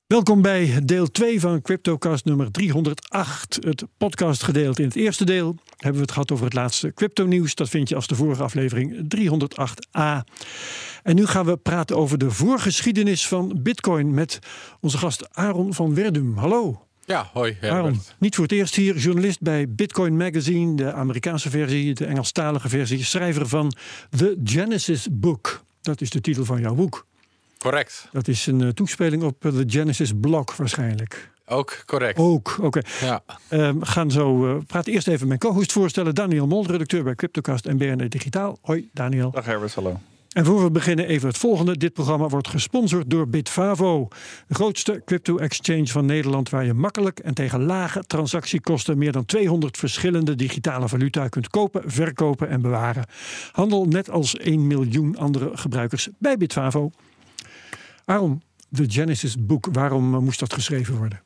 Welkom bij deel 2 van CryptoCast nummer 308. Het podcastgedeelte. In het eerste deel hebben we het gehad over het laatste crypto-nieuws. Dat vind je als de vorige aflevering 308a. En nu gaan we praten over de voorgeschiedenis van Bitcoin met onze gast Aaron van Werdum. Hallo. Ja, hoi. Aaron, niet voor het eerst hier, journalist bij Bitcoin Magazine, de Amerikaanse versie, de Engelstalige versie, schrijver van The Genesis Book. Dat is de titel van jouw boek. Correct. Dat is een toespeling op de Genesis blog waarschijnlijk. Ook correct. Ook, oké. Ja. Gaan zo praten eerst even mijn co-host voorstellen. Daniel Mol, redacteur bij CryptoCast en BNR Digitaal. Hoi Daniel. Dag Herbert, hallo. En voor we beginnen even het volgende. Dit programma wordt gesponsord door Bitvavo. De grootste crypto-exchange van Nederland, waar je makkelijk en tegen lage transactiekosten meer dan 200 verschillende digitale valuta kunt kopen, verkopen en bewaren. Handel net als 1 miljoen andere gebruikers bij Bitvavo. Aaron, de Genesis Book, waarom moest dat geschreven worden?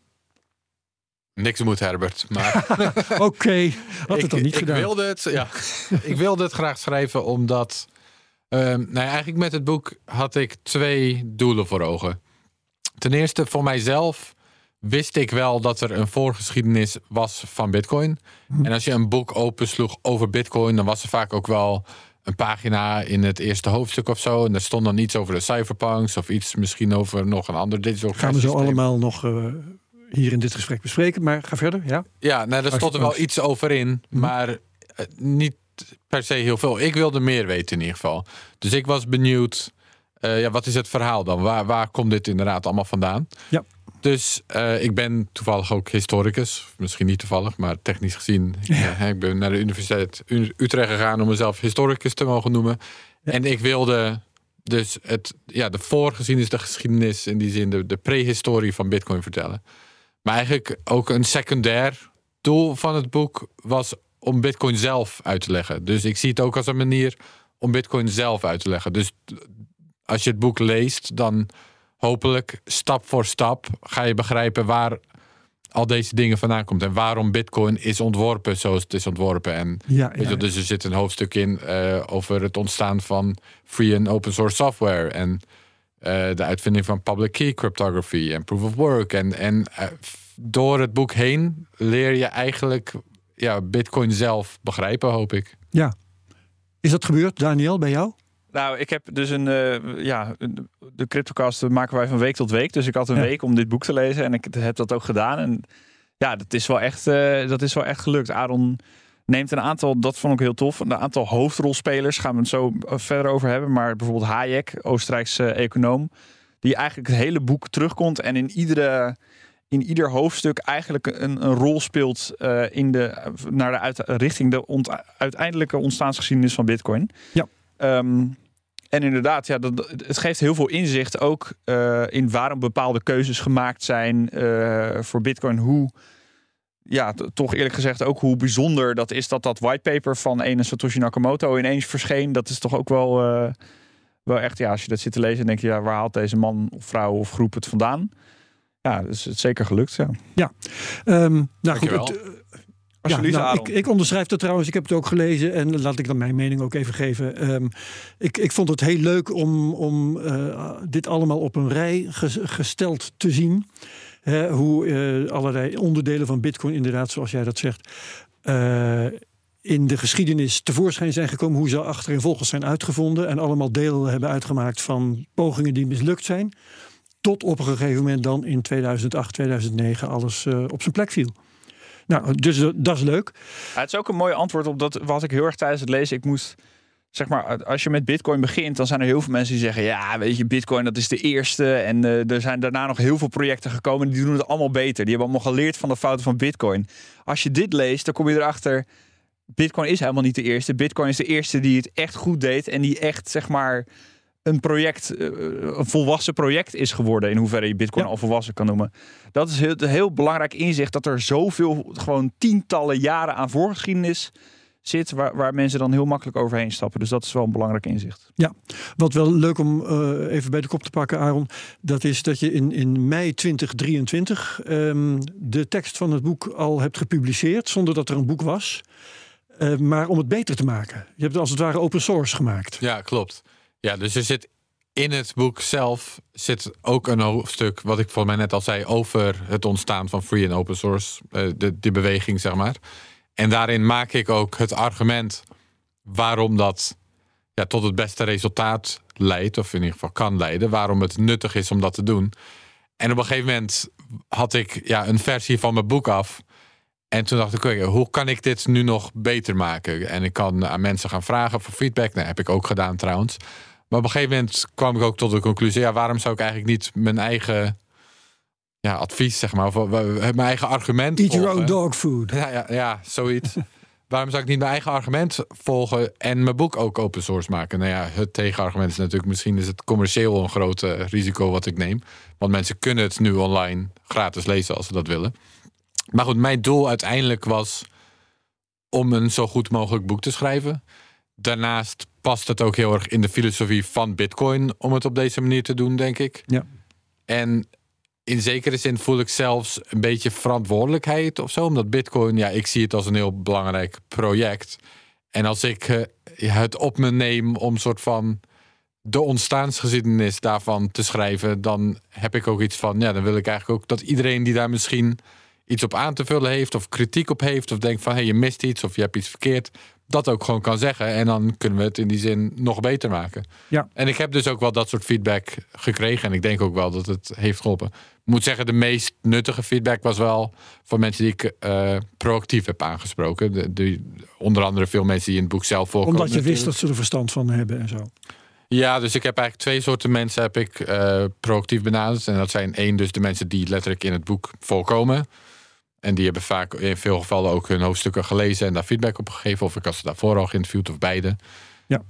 Niks moet, Herbert. Maar Oké, had het dan niet gedaan. Ik wilde het graag schrijven omdat eigenlijk met het boek had ik 2 doelen voor ogen. Ten eerste, voor mijzelf wist ik wel dat er een voorgeschiedenis was van Bitcoin. En als je een boek opensloeg over Bitcoin, dan was er vaak ook wel een pagina in het eerste hoofdstuk of zo. En daar stond dan iets over de cypherpunks of iets misschien over nog een ander digital gaan we zo allemaal nog hier in dit gesprek bespreken. Maar ga verder, ja? Ja, daar stond er wel iets over in. Maar niet per se heel veel. Ik wilde meer weten in ieder geval. Dus ik was benieuwd, wat is het verhaal dan? Waar komt dit inderdaad allemaal vandaan? Ja. Dus ik ben toevallig ook historicus. Misschien niet toevallig, maar technisch gezien. Ik ben naar de Universiteit Utrecht gegaan om mezelf historicus te mogen noemen. Ja. En ik wilde dus de voorgeschiedenis, de geschiedenis, in die zin de prehistorie van Bitcoin vertellen. Maar eigenlijk ook een secundair doel van het boek was om Bitcoin zelf uit te leggen. Dus ik zie het ook als een manier om Bitcoin zelf uit te leggen. Dus als je het boek leest, dan hopelijk stap voor stap ga je begrijpen waar al deze dingen vandaan komt. En waarom Bitcoin is ontworpen zoals het is ontworpen. En dus er zit een hoofdstuk in over het ontstaan van free en open source software. En de uitvinding van public key cryptography en proof of work. En door het boek heen leer je eigenlijk Bitcoin zelf begrijpen, hoop ik. Ja. Is dat gebeurd, Daniel, bij jou? Nou, ik heb dus de CryptoCast maken wij van week tot week. Dus ik had een week om dit boek te lezen en ik heb dat ook gedaan. En ja, dat is wel echt gelukt. Aaron neemt een aantal, dat vond ik heel tof, een aantal hoofdrolspelers, gaan we het zo verder over hebben. Maar bijvoorbeeld Hayek, Oostenrijkse econoom, die eigenlijk het hele boek terugkomt en in ieder hoofdstuk eigenlijk een rol speelt richting de uiteindelijke ontstaansgeschiedenis van Bitcoin. Ja. En inderdaad, het geeft heel veel inzicht ook in waarom bepaalde keuzes gemaakt zijn voor Bitcoin. Toch eerlijk gezegd ook hoe bijzonder dat is dat whitepaper van ene Satoshi Nakamoto ineens verscheen. Dat is toch ook wel echt, als je dat zit te lezen, denk je, waar haalt deze man of vrouw of groep het vandaan? Ja, dus het is zeker gelukt. Ja. Goed. Ik onderschrijf dat trouwens. Ik heb het ook gelezen en laat ik dan mijn mening ook even geven. Ik vond het heel leuk om dit allemaal op een rij gesteld te zien. Hoe allerlei onderdelen van Bitcoin, inderdaad, zoals jij dat zegt, in de geschiedenis tevoorschijn zijn gekomen. Hoe ze achtereenvolgens zijn uitgevonden en allemaal deel hebben uitgemaakt van pogingen die mislukt zijn. Tot op een gegeven moment dan in 2008, 2009 alles op zijn plek viel. Nou, dus dat is leuk. Ja, het is ook een mooi antwoord op dat wat ik heel erg tijdens het lezen. Ik moest, zeg maar, als je met Bitcoin begint, dan zijn er heel veel mensen die zeggen, ja, weet je, Bitcoin dat is de eerste. En er zijn daarna nog heel veel projecten gekomen en die doen het allemaal beter. Die hebben allemaal geleerd van de fouten van Bitcoin. Als je dit leest, dan kom je erachter, Bitcoin is helemaal niet de eerste. Bitcoin is de eerste die het echt goed deed en die echt, zeg maar, een volwassen project is geworden, in hoeverre je Bitcoin al volwassen kan noemen. Dat is een heel belangrijk inzicht, dat er zoveel, gewoon tientallen jaren aan voorgeschiedenis zit, waar mensen dan heel makkelijk overheen stappen. Dus dat is wel een belangrijk inzicht. Ja, wat wel leuk om even bij de kop te pakken, Aaron, dat is dat je in mei 2023 de tekst van het boek al hebt gepubliceerd, zonder dat er een boek was. Maar om het beter te maken. Je hebt het als het ware open source gemaakt. Ja, klopt. Ja, dus er zit in het boek zelf zit ook een hoofdstuk, wat ik volgens mij net al zei, over het ontstaan van free en open source. Die beweging, zeg maar. En daarin maak ik ook het argument waarom dat tot het beste resultaat leidt, of in ieder geval kan leiden, waarom het nuttig is om dat te doen. En op een gegeven moment had ik een versie van mijn boek af. En toen dacht ik, hoe kan ik dit nu nog beter maken? En ik kan aan mensen gaan vragen voor feedback. Dat heb ik ook gedaan trouwens. Maar op een gegeven moment kwam ik ook tot de conclusie, waarom zou ik eigenlijk niet mijn eigen advies, zeg maar, of mijn eigen argument Eat volgen? your own dog food. Ja, zoiets. Waarom zou ik niet mijn eigen argument volgen en mijn boek ook open source maken? Nou ja, het tegenargument is natuurlijk, misschien is het commercieel een groot risico wat ik neem. Want mensen kunnen het nu online gratis lezen als ze dat willen. Maar goed, mijn doel uiteindelijk was om een zo goed mogelijk boek te schrijven. Daarnaast past het ook heel erg in de filosofie van Bitcoin om het op deze manier te doen, denk ik. Ja. En in zekere zin voel ik zelfs een beetje verantwoordelijkheid of zo. Omdat Bitcoin, ik zie het als een heel belangrijk project. En als ik het op me neem om soort van de ontstaansgeschiedenis daarvan te schrijven, dan heb ik ook iets van, dan wil ik eigenlijk ook dat iedereen die daar misschien iets op aan te vullen heeft, of kritiek op heeft, of denkt van, je mist iets, of je hebt iets verkeerd, dat ook gewoon kan zeggen. En dan kunnen we het in die zin nog beter maken. Ja. En ik heb dus ook wel dat soort feedback gekregen. En ik denk ook wel dat het heeft geholpen. Ik moet zeggen, de meest nuttige feedback was wel van mensen die ik proactief heb aangesproken. Onder andere veel mensen die in het boek zelf voorkomen. Omdat je wist dat ze er verstand van hebben en zo. Ja, dus ik heb eigenlijk 2 soorten mensen heb ik proactief benaderd. En dat zijn 1, dus de mensen die letterlijk in het boek voorkomen. En die hebben vaak in veel gevallen ook hun hoofdstukken gelezen en daar feedback op gegeven. Of ik had ze daarvoor al geïnterviewd, of beide. Ja.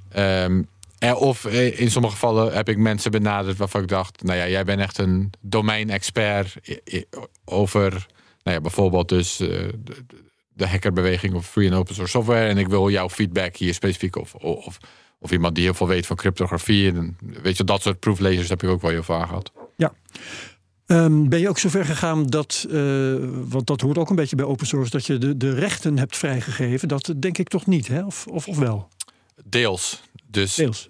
Of in sommige gevallen heb ik mensen benaderd waarvan ik dacht, jij bent echt een domeinexpert over, bijvoorbeeld dus de hackerbeweging of free en open source software. En ik wil jouw feedback hier specifiek of iemand die heel veel weet van cryptografie. En weet je, dat soort proeflezers heb ik ook wel heel vaak gehad. Ja. Ben je ook zover gegaan dat, want dat hoort ook een beetje bij open source, dat je de rechten hebt vrijgegeven? Dat denk ik toch niet, hè? Of wel? Deels. Dus Deels.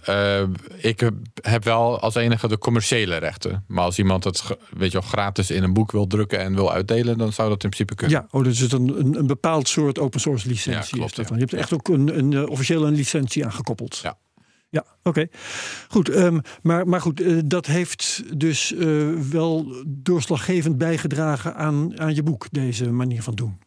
Ik heb wel als enige de commerciële rechten. Maar als iemand het gratis in een boek wil drukken en wil uitdelen, dan zou dat in principe kunnen. Ja, dus het is een bepaald soort open source licentie. Ja, klopt, is dat dan. Je hebt er echt ook een officieel een licentie aangekoppeld. Ja. Ja, oké. Goed, maar goed, dat heeft dus wel doorslaggevend bijgedragen aan je boek, deze manier van doen.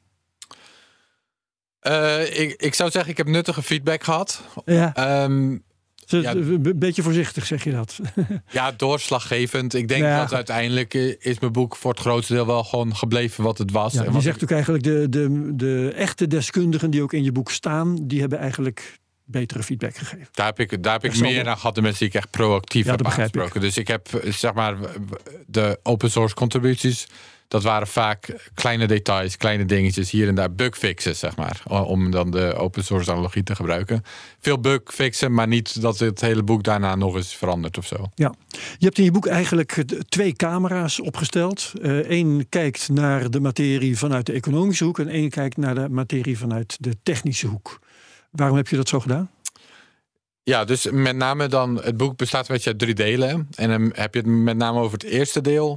Ik zou zeggen, ik heb nuttige feedback gehad. Ja. Een beetje voorzichtig zeg je dat. Ja, doorslaggevend. Ik denk dat uiteindelijk is mijn boek voor het grootste deel wel gewoon gebleven wat het was. Ja, je zegt ook eigenlijk de echte deskundigen die ook in je boek staan, die hebben eigenlijk betere feedback gegeven. Daar heb ik meer aan gehad de mensen die ik echt proactief heb aangesproken. Dus ik heb zeg maar de open source contributies. Dat waren vaak kleine details, kleine dingetjes, hier en daar bugfixes, zeg maar. Om dan de open source analogie te gebruiken. Veel bugfixen, maar niet dat het hele boek daarna nog eens verandert of zo. Ja, je hebt in je boek eigenlijk 2 camera's opgesteld. Eén kijkt naar de materie vanuit de economische hoek en één kijkt naar de materie vanuit de technische hoek. Waarom heb je dat zo gedaan? Ja, dus met name dan, het boek bestaat uit 3 delen. En dan heb je het met name over het eerste deel.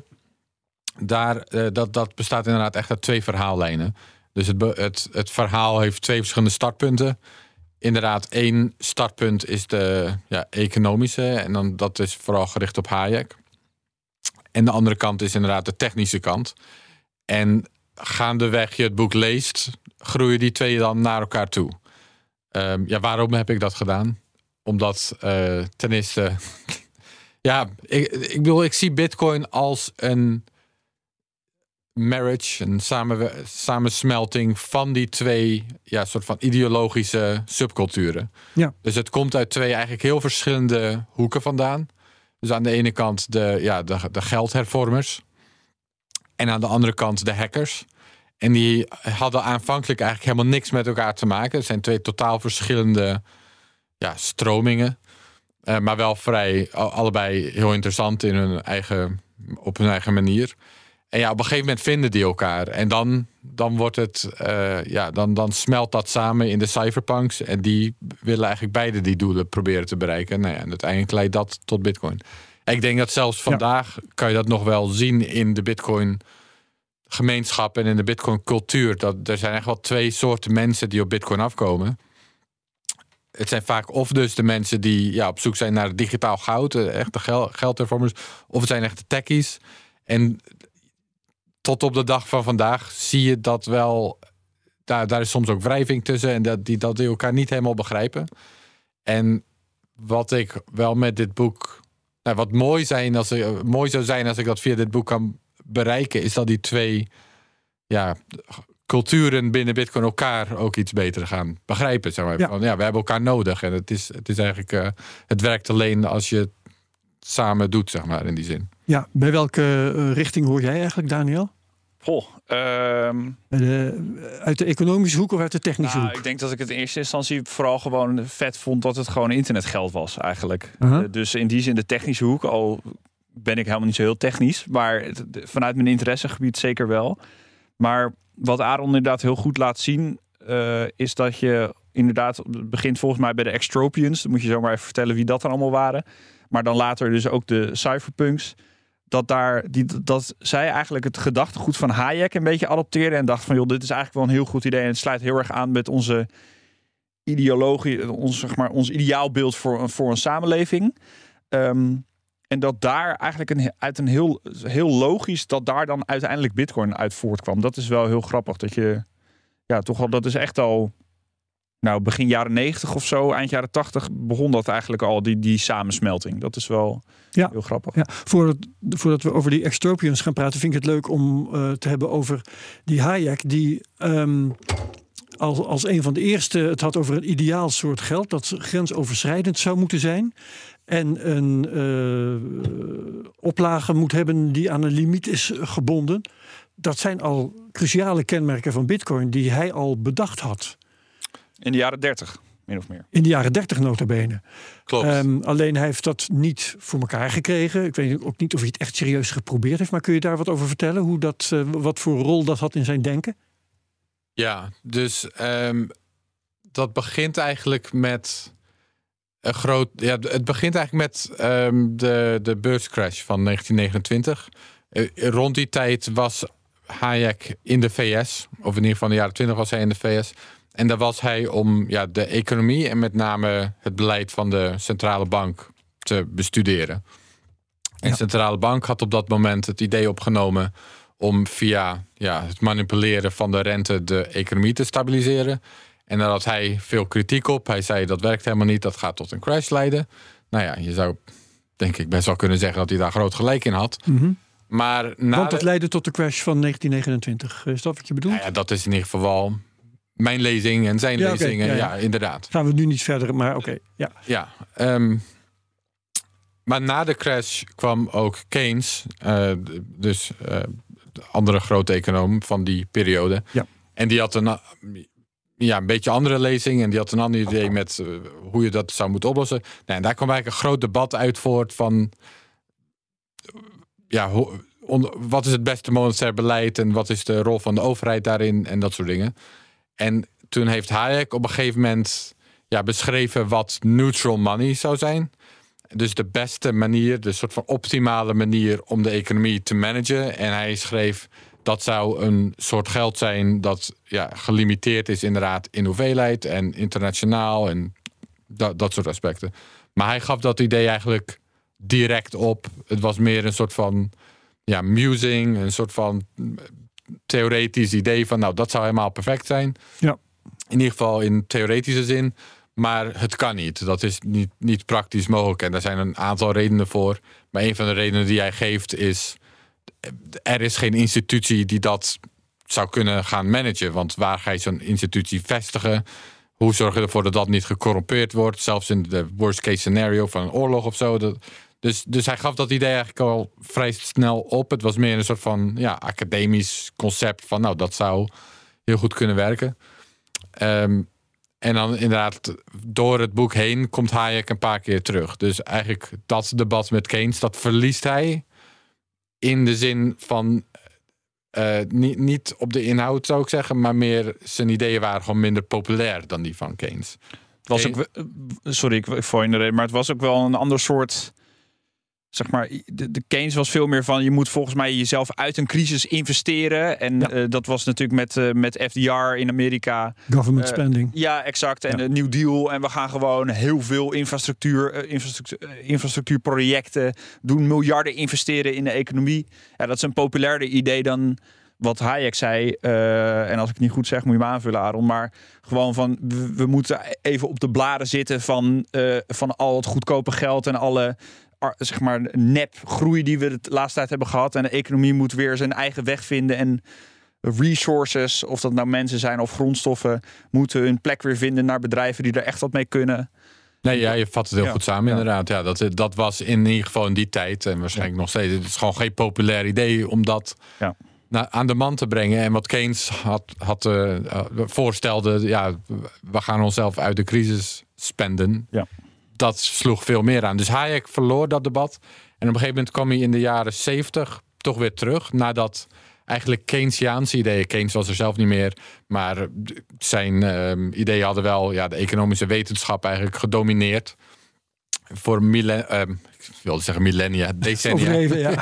Dat bestaat inderdaad echt uit 2 verhaallijnen. Dus het verhaal heeft 2 verschillende startpunten. Inderdaad, 1 startpunt is de economische. En dan dat is vooral gericht op Hayek. En de andere kant is inderdaad de technische kant. En gaandeweg je het boek leest, groeien die 2 dan naar elkaar toe. Waarom heb ik dat gedaan? Omdat ten eerste... ik bedoel, ik zie Bitcoin als een marriage, een samensmelting van die 2 soort van ideologische subculturen. Ja. Dus het komt uit 2 eigenlijk heel verschillende hoeken vandaan. Dus aan de ene kant de geldhervormers en aan de andere kant de hackers. En die hadden aanvankelijk eigenlijk helemaal niks met elkaar te maken. Het zijn 2 totaal verschillende stromingen. Maar wel vrij allebei heel interessant op hun eigen manier. En ja, op een gegeven moment vinden die elkaar. En dan wordt het, dan smelt dat samen in de cypherpunks. En die willen eigenlijk beide die doelen proberen te bereiken. Nou ja, en uiteindelijk leidt dat tot Bitcoin. En ik denk dat zelfs vandaag kan je dat nog wel zien in de Bitcoin gemeenschap en in de Bitcoin cultuur. Dat er zijn echt wel 2 soorten mensen die op Bitcoin afkomen. Het zijn vaak of dus de mensen die op zoek zijn naar digitaal goud, echte geldhervormers, of het zijn echte techies. En tot op de dag van vandaag zie je dat wel. Daar is soms ook wrijving tussen en dat die elkaar niet helemaal begrijpen. En wat ik wel met dit boek. Wat mooi zou zijn als ik dat via dit boek kan bereiken, is dat die 2 culturen binnen Bitcoin elkaar ook iets beter gaan begrijpen. Zeg maar. We hebben elkaar nodig. En het is eigenlijk. Het werkt alleen als je het samen doet, zeg maar, in die zin. Ja, bij welke richting hoor jij eigenlijk, Daniel? Uit de economische hoek of uit de technische hoek? Ik denk dat ik het in eerste instantie vooral gewoon vet vond dat het gewoon internetgeld was eigenlijk. Dus in die zin de technische hoek, al ben ik helemaal niet zo heel technisch, maar vanuit mijn interessegebied zeker wel. Maar wat Aaron inderdaad heel goed laat zien, is dat je inderdaad begint volgens mij bij de Extropians. Dan moet je zomaar even vertellen wie dat dan allemaal waren. Maar dan later dus ook de cypherpunks. Dat zij eigenlijk het gedachtegoed van Hayek een beetje adopteerden en dacht van, joh, dit is eigenlijk wel een heel goed idee en het sluit heel erg aan met onze ideologie, ons ideaalbeeld voor een samenleving. En dat daar eigenlijk uit een heel logisch, dat daar dan uiteindelijk Bitcoin uit voortkwam. Dat is wel heel grappig. Dat je, toch al, dat is echt al, begin jaren 90 of zo, eind jaren 80 begon dat eigenlijk al, die samensmelting. Dat is wel heel grappig. Ja, voordat we over die extropians gaan praten, vind ik het leuk om te hebben over die Hayek, die als een van de eerste het had over een ideaal soort geld dat grensoverschrijdend zou moeten zijn. En een oplage moet hebben die aan een limiet is gebonden. Dat zijn al cruciale kenmerken van Bitcoin die hij al bedacht had. In de jaren 30, min of meer. In de jaren 30 nota bene. Klopt. Alleen hij heeft dat niet voor elkaar gekregen. Ik weet ook niet of hij het echt serieus geprobeerd heeft. Maar kun je daar wat over vertellen? Hoe wat voor rol dat had in zijn denken? Ja, dus dat begint eigenlijk met een groot. Ja, het begint eigenlijk met de beurscrash van 1929. Rond die tijd was Hayek in de VS, of in ieder geval in de jaren 20 was hij in de VS. En daar was hij om de economie en met name het beleid van de centrale bank te bestuderen. En de centrale bank had op dat moment het idee opgenomen om via het manipuleren van de rente de economie te stabiliseren. En daar had hij veel kritiek op. Hij zei dat werkt helemaal niet, dat gaat tot een crash leiden. Nou ja, je zou denk ik best wel kunnen zeggen dat hij daar groot gelijk in had. Mm-hmm. Maar want dat leidde tot de crash van 1929. Is dat wat je bedoelt? Nou ja, dat is in ieder geval mijn lezing en zijn lezingen. Ja, inderdaad. Gaan we nu niet verder, maar oké. Maar na de crash kwam ook Keynes, de andere grote econoom van die periode. Ja. En die had een beetje andere lezing en die had een ander idee met hoe je dat zou moeten oplossen. Nou, en daar kwam eigenlijk een groot debat uit voort van wat is het beste monetair beleid en wat is de rol van de overheid daarin en dat soort dingen. En toen heeft Hayek op een gegeven moment beschreven wat neutral money zou zijn. Dus de beste manier, de soort van optimale manier om de economie te managen. En hij schreef dat zou een soort geld zijn dat gelimiteerd is inderdaad in hoeveelheid en internationaal en dat soort aspecten. Maar hij gaf dat idee eigenlijk direct op. Het was meer een soort van musing, een soort van theoretisch idee van dat zou helemaal perfect zijn. Ja. In ieder geval in theoretische zin. Maar het kan niet. Dat is niet praktisch mogelijk. En daar zijn een aantal redenen voor. Maar een van de redenen die hij geeft is, er is geen institutie die dat zou kunnen gaan managen. Want waar ga je zo'n institutie vestigen? Hoe zorg je ervoor dat dat niet gecorrumpeerd wordt? Zelfs in de worst case scenario van een oorlog of zo. Dus hij gaf dat idee eigenlijk al vrij snel op. Het was meer een soort van academisch concept van dat zou heel goed kunnen werken. En dan inderdaad door het boek heen komt Hayek een paar keer terug. Dus eigenlijk dat debat met Keynes, dat verliest hij in de zin van Niet op de inhoud zou ik zeggen, maar meer zijn ideeën waren gewoon minder populair dan die van Keynes. Het was ook, sorry, ik val in de reden, maar het was ook wel een ander soort. Zeg maar, de Keynes was veel meer van je moet volgens mij jezelf uit een crisis investeren. En dat was natuurlijk met FDR in Amerika. Government spending. Ja, exact. En de New Deal. En we gaan gewoon heel veel infrastructuurprojecten doen. Miljarden investeren in de economie. Ja, dat is een populairder idee dan wat Hayek zei. En als ik het niet goed zeg, moet je me aanvullen, Aaron. Maar gewoon van we moeten even op de bladen zitten van al het goedkope geld en alle zeg maar nep groei die we de laatste tijd hebben gehad. En de economie moet weer zijn eigen weg vinden. En resources, of dat nou mensen zijn of grondstoffen, moeten hun plek weer vinden naar bedrijven die er echt wat mee kunnen. Nee, ja, je vat het heel goed samen inderdaad. Ja, dat was in ieder geval in die tijd en waarschijnlijk nog steeds. Het is gewoon geen populair idee om dat aan de man te brengen. En wat Keynes voorstelde, we gaan onszelf uit de crisis spenden. Ja. Dat sloeg veel meer aan. Dus Hayek verloor dat debat. En op een gegeven moment kwam hij in de jaren 70 toch weer terug. Nadat eigenlijk Keynesiaanse ideeën, Keynes was er zelf niet meer, maar zijn ideeën hadden wel de economische wetenschap eigenlijk gedomineerd. Voor millennia, decennia. Overleven, ja.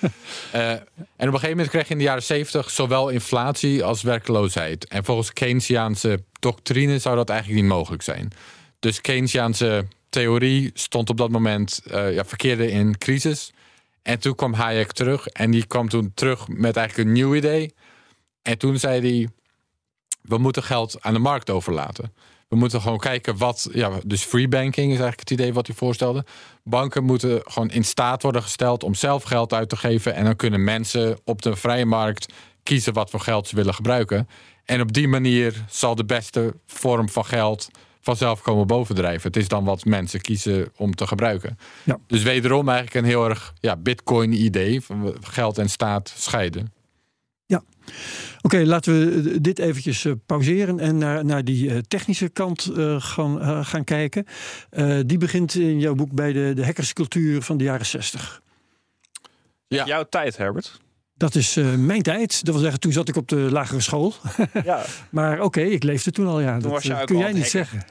En op een gegeven moment kreeg je in de jaren 70 zowel inflatie als werkloosheid. En volgens Keynesiaanse doctrine zou dat eigenlijk niet mogelijk zijn. Dus Keynesiaanse theorie stond op dat moment verkeerde in crisis. En toen kwam Hayek terug. En die kwam toen terug met eigenlijk een nieuw idee. En toen zei hij, we moeten geld aan de markt overlaten. We moeten gewoon kijken dus free banking is eigenlijk het idee wat hij voorstelde. Banken moeten gewoon in staat worden gesteld om zelf geld uit te geven. En dan kunnen mensen op de vrije markt kiezen wat voor geld ze willen gebruiken. En op die manier zal de beste vorm van geld vanzelf komen bovendrijven. Het is dan wat mensen kiezen om te gebruiken. Ja. Dus wederom eigenlijk een heel erg Bitcoin-idee van geld en staat scheiden. Ja. Oké, laten we dit eventjes pauzeren en naar die technische kant gaan kijken. Die begint in jouw boek bij de hackerscultuur van de jaren 60. Ja. Jouw tijd, Herbert. Dat is mijn tijd. Dat wil zeggen, toen zat ik op de lagere school. Ja. Maar oké, ik leefde toen al. Ja. Dat kun jij niet zeggen.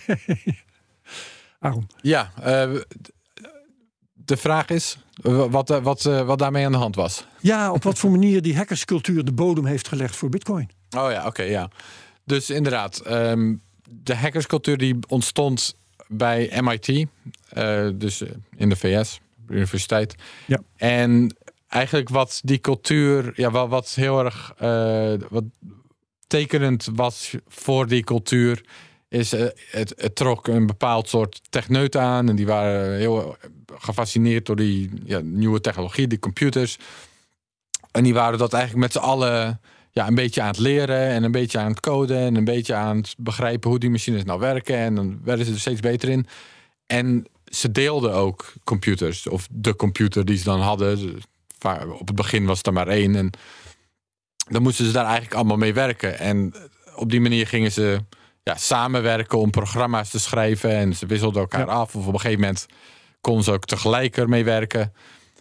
Aaron. Ja, de vraag is wat daarmee aan de hand was. Ja, op wat voor manier die hackerscultuur de bodem heeft gelegd voor Bitcoin. Oh ja, oké, ja. Dus inderdaad, de hackerscultuur die ontstond bij MIT. Dus in de VS, de universiteit. Ja. En eigenlijk wat die cultuur, wat heel erg wat tekenend was voor die cultuur, is het trok een bepaald soort techneuten aan. En die waren heel gefascineerd door die nieuwe technologie, die computers. En die waren dat eigenlijk met z'n allen een beetje aan het leren en een beetje aan het coden en een beetje aan het begrijpen hoe die machines nou werken. En dan werden ze er steeds beter in. En ze deelden ook computers, of de computer die ze dan hadden. Op het begin was het er maar 1. En dan moesten ze daar eigenlijk allemaal mee werken. En op die manier gingen ze samenwerken om programma's te schrijven. En ze wisselden elkaar af. Of op een gegeven moment konden ze ook tegelijk ermee werken.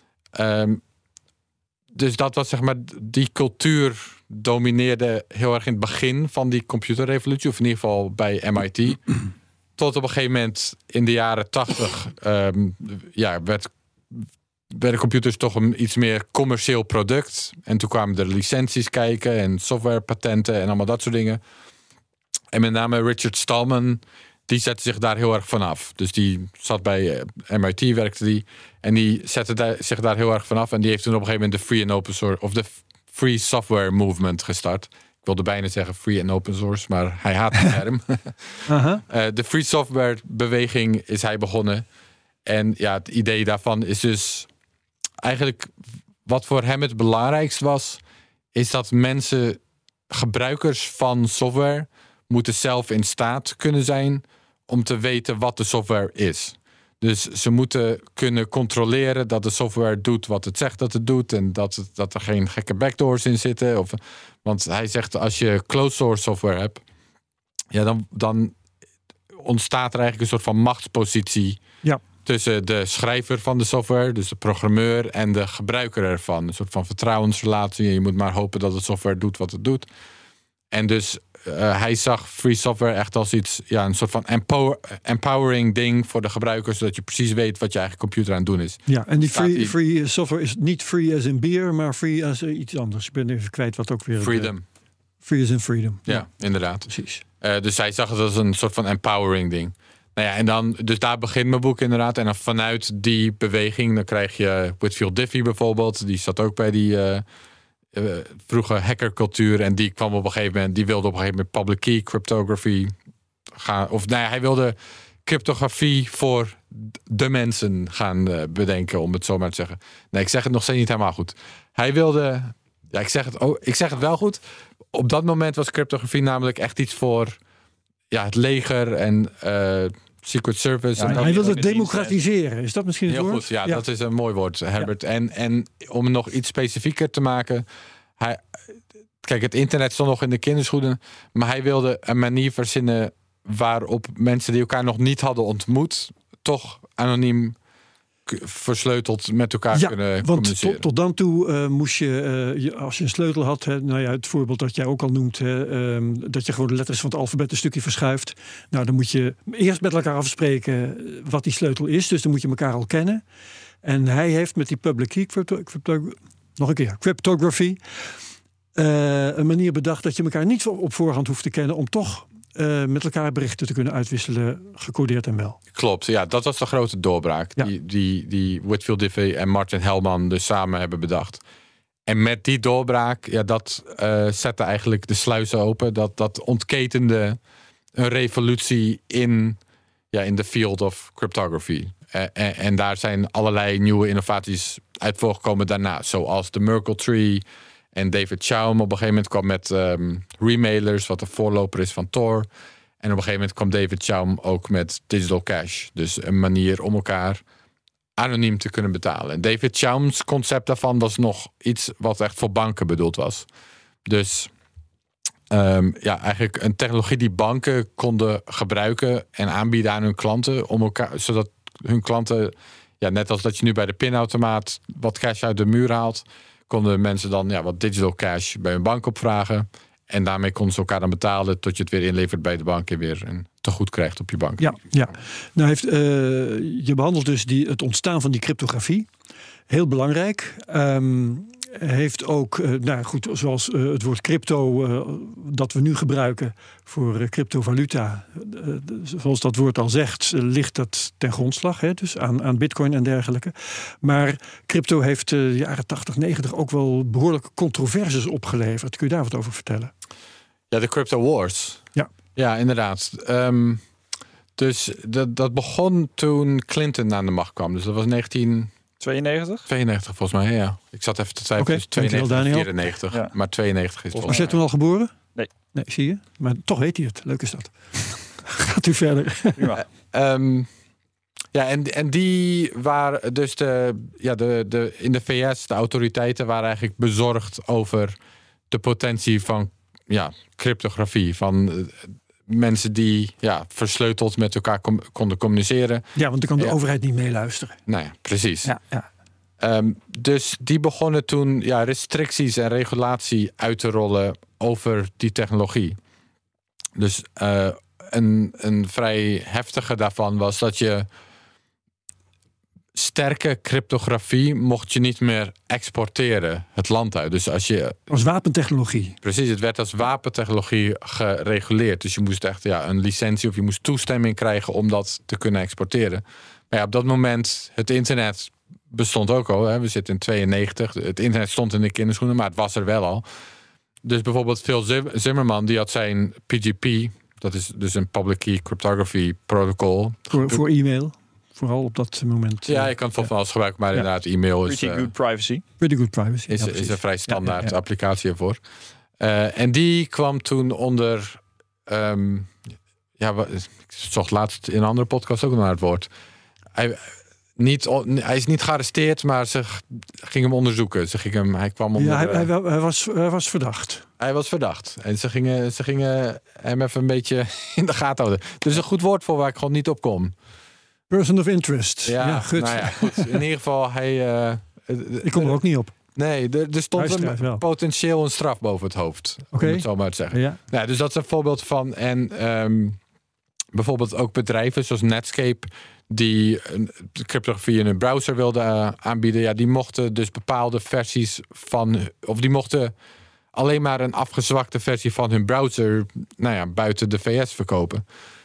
Dus dat was zeg maar, die cultuur domineerde heel erg in het begin van die computerrevolutie. Of in ieder geval bij MIT. Tot op een gegeven moment in de jaren 80 werden computers toch een iets meer commercieel product. En toen kwamen er licenties kijken en softwarepatenten en allemaal dat soort dingen. En met name Richard Stallman, die zette zich daar heel erg vanaf. Dus die zat bij MIT, werkte die. En die zette zich daar heel erg vanaf. En die heeft toen op een gegeven moment de free and open source, of de free software movement gestart. Ik wilde bijna zeggen free and open source, maar hij haat de term. De free software beweging is hij begonnen. En het idee daarvan is dus eigenlijk wat voor hem het belangrijkst was, is dat mensen, gebruikers van software, moeten zelf in staat kunnen zijn om te weten wat de software is. Dus ze moeten kunnen controleren dat de software doet wat het zegt dat het doet en dat er geen gekke backdoors in zitten. Want hij zegt, als je closed source software hebt, dan ontstaat er eigenlijk een soort van machtspositie tussen de schrijver van de software, dus de programmeur, en de gebruiker ervan. Een soort van vertrouwensrelatie. En je moet maar hopen dat het software doet wat het doet. En dus hij zag free software echt als iets, een soort van empowering ding voor de gebruiker, zodat je precies weet wat je eigen computer aan het doen is. Ja, en die free software is niet free as in beer, maar free as iets anders. Ik ben even kwijt wat ook weer... Freedom. Free as in freedom. Ja, inderdaad. Precies. Dus hij zag het als een soort van empowering ding. Nou ja, en dan, dus daar begint mijn boek inderdaad. En dan vanuit die beweging, dan krijg je Whitfield Diffie bijvoorbeeld. Die zat ook bij die vroege hackercultuur. En die kwam op een gegeven moment, die wilde op een gegeven moment public key cryptography gaan. Of nou ja, hij wilde cryptografie voor de mensen gaan bedenken, om het zo maar te zeggen. Nee, ik zeg het nog steeds niet helemaal goed. Hij wilde, ik zeg het wel goed. Op dat moment was cryptografie namelijk echt iets voor het leger en Secret Service. Ja, hij wilde het democratiseren. Is dat misschien het heel woord? Goed, ja, dat is een mooi woord, Herbert. Ja. En om het nog iets specifieker te maken. Kijk, het internet stond nog in de kinderschoenen. Maar hij wilde een manier verzinnen waarop mensen die elkaar nog niet hadden ontmoet, toch anoniem versleuteld met elkaar kunnen communiceren. Want tot dan toe moest je, als je een sleutel had, het voorbeeld dat jij ook al noemt, dat je gewoon de letters van het alfabet een stukje verschuift. Nou, dan moet je eerst met elkaar afspreken wat die sleutel is. Dus dan moet je elkaar al kennen. En hij heeft met die public key cryptography een manier bedacht dat je elkaar niet op voorhand hoeft te kennen om toch met elkaar berichten te kunnen uitwisselen, gecodeerd en wel. Klopt, ja, dat was de grote doorbraak. Ja. Die Whitfield Diffie en Martin Hellman dus samen hebben bedacht. En met die doorbraak, dat zette eigenlijk de sluizen open. Dat ontketende een revolutie in de field of cryptography. En daar zijn allerlei nieuwe innovaties uit voorgekomen daarna. Zoals de Merkle Tree. En David Chaum op een gegeven moment kwam met remailers, wat de voorloper is van Tor. En op een gegeven moment kwam David Chaum ook met digital cash. Dus een manier om elkaar anoniem te kunnen betalen. En David Chaum's concept daarvan was nog iets wat echt voor banken bedoeld was. Dus eigenlijk een technologie die banken konden gebruiken en aanbieden aan hun klanten, om elkaar, zodat hun klanten, net als dat je nu bij de pinautomaat wat cash uit de muur haalt, konden mensen dan wat digital cash bij hun bank opvragen. En daarmee konden ze elkaar dan betalen tot je het weer inlevert bij de bank en weer een tegoed krijgt op je bank. Ja. Nou je behandelt dus het ontstaan van die cryptografie. Heel belangrijk. Heeft ook, zoals het woord crypto dat we nu gebruiken voor cryptovaluta, zoals dat woord al zegt, ligt dat ten grondslag, dus aan bitcoin en dergelijke. Maar crypto heeft de jaren 80, 90 ook wel behoorlijke controversies opgeleverd. Kun je daar wat over vertellen? Ja, de crypto wars. Ja, inderdaad. Dus dat begon toen Clinton aan de macht kwam. Dus dat was 1992 volgens mij, ja. Ik zat even te twijfelen. 92 en 94. Ja. Maar 92 is het. Was jij toen al geboren? Nee, zie je. Maar toch weet hij het. Leuk is dat. Gaat u verder. En die waren dus in de VS, de autoriteiten waren eigenlijk bezorgd over de potentie van cryptografie. Van mensen die versleuteld met elkaar konden communiceren. Ja, want dan kan de overheid niet meeluisteren. Nou ja, precies. Ja. Dus die begonnen toen restricties en regulatie uit te rollen over die technologie. Dus een vrij heftige daarvan was dat je sterke cryptografie mocht je niet meer exporteren het land uit. Dus als wapentechnologie. Precies, het werd als wapentechnologie gereguleerd. Dus je moest echt een licentie of je moest toestemming krijgen om dat te kunnen exporteren. Maar op dat moment, het internet bestond ook al. We zitten in 92. Het internet stond in de kinderschoenen, maar het was er wel al. Dus bijvoorbeeld Phil Zimmerman, die had zijn PGP. Dat is dus een Public Key Cryptography Protocol. Voor e-mail. Vooral op dat moment. Ja, je kan het van alles gebruiken, maar inderdaad, e-mail is... Pretty good privacy. Pretty good privacy. Is een vrij standaard applicatie ervoor. En die kwam toen onder... ik zocht laatst in een andere podcast ook naar het woord. Hij is niet gearresteerd, maar ze gingen hem onderzoeken. Hij kwam onder... Hij was verdacht. Hij was verdacht. En ze gingen hem even een beetje in de gaten houden. Dus een goed woord voor waar ik gewoon niet op kom. Person of interest. Ja, goed. Nou ja, goed. In ieder geval, ik kom er ook niet op. Nee, er stond potentieel een straf boven het hoofd. Om het zo maar te zeggen. Ja. Nou, dus dat is een voorbeeld van. En bijvoorbeeld ook bedrijven zoals Netscape, die cryptografie in hun browser wilden aanbieden. Ja, die mochten dus bepaalde versies of die mochten alleen maar een afgezwakte versie van hun browser buiten de VS verkopen.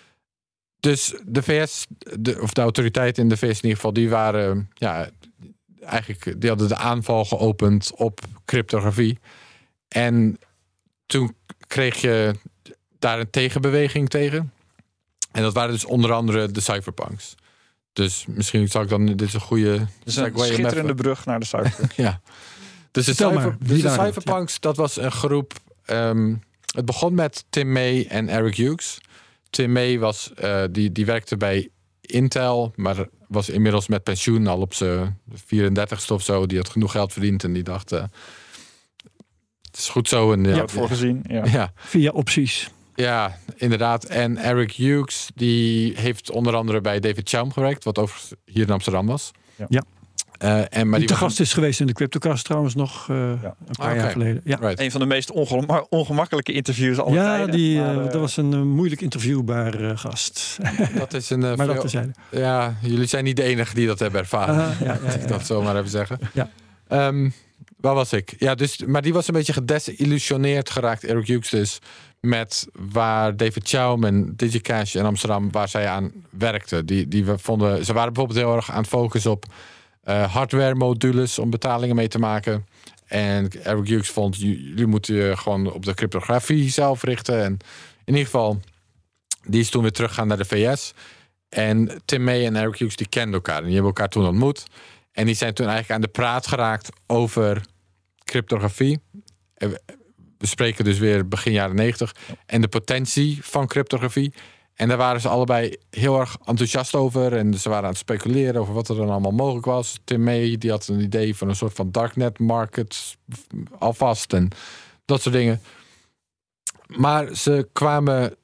Dus de VS, of de autoriteiten in de VS in ieder geval, die waren eigenlijk, die hadden de aanval geopend op cryptografie. En toen kreeg je daar een tegenbeweging tegen. En dat waren dus onder andere de cypherpunks. Dus misschien zal ik dan, dit is een goede... Dus een schitterende brug naar de cypherpunks. Ja. Dus de cypherpunks, dat was een groep. Het begon met Tim May en Eric Hughes. Tim May was, die werkte bij Intel, maar was inmiddels met pensioen al op zijn 34ste of zo. Die had genoeg geld verdiend en die dacht, het is goed zo. En, het voorgezien. Ja. Via opties. Ja, inderdaad. En Eric Hughes, die heeft onder andere bij David Chaum gewerkt, wat overigens hier in Amsterdam was. Ja. Maar die te gast is geweest in de CryptoCast trouwens nog een paar jaar geleden. Ja. Right. Een van de meest ongemakkelijke interviews aller tijden. Dat was een moeilijk interviewbaar gast. Dat is een... maar dat terzijde. Ja, jullie zijn niet de enige die dat hebben ervaren. Ik dat zomaar even zeggen. Ja. Waar was ik? Ja, dus, maar die was een beetje gedesillusioneerd geraakt, Eric Hughes dus, met waar David Chaum en DigiCash in Amsterdam, waar zij aan werkten. Ze waren bijvoorbeeld heel erg aan het focussen op hardware modules om betalingen mee te maken. En Eric Hughes vond, jullie moeten je gewoon op de cryptografie zelf richten. En in ieder geval, die is toen weer teruggegaan naar de VS. En Tim May en Eric Hughes, die kenden elkaar. En die hebben elkaar toen ontmoet. En die zijn toen eigenlijk aan de praat geraakt over cryptografie. We spreken dus weer begin jaren 90. En de potentie van cryptografie. En daar waren ze allebei heel erg enthousiast over. En ze waren aan het speculeren over wat er dan allemaal mogelijk was. Tim May, die had een idee van een soort van darknet market alvast. En dat soort dingen. Maar ze kwamen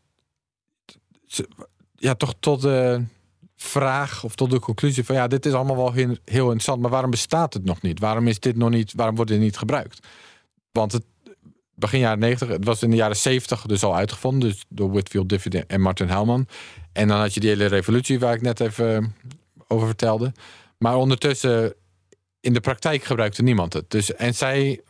toch tot de vraag of tot de conclusie van dit is allemaal wel heel interessant. Maar waarom bestaat het nog niet? Waarom wordt dit niet gebruikt? Want het begin jaren 90, het was in de jaren 70 dus al uitgevonden. Dus door Whitfield Diffie en Martin Hellman. En dan had je die hele revolutie waar ik net even over vertelde. Maar ondertussen, in de praktijk gebruikte niemand het. Dus, en zij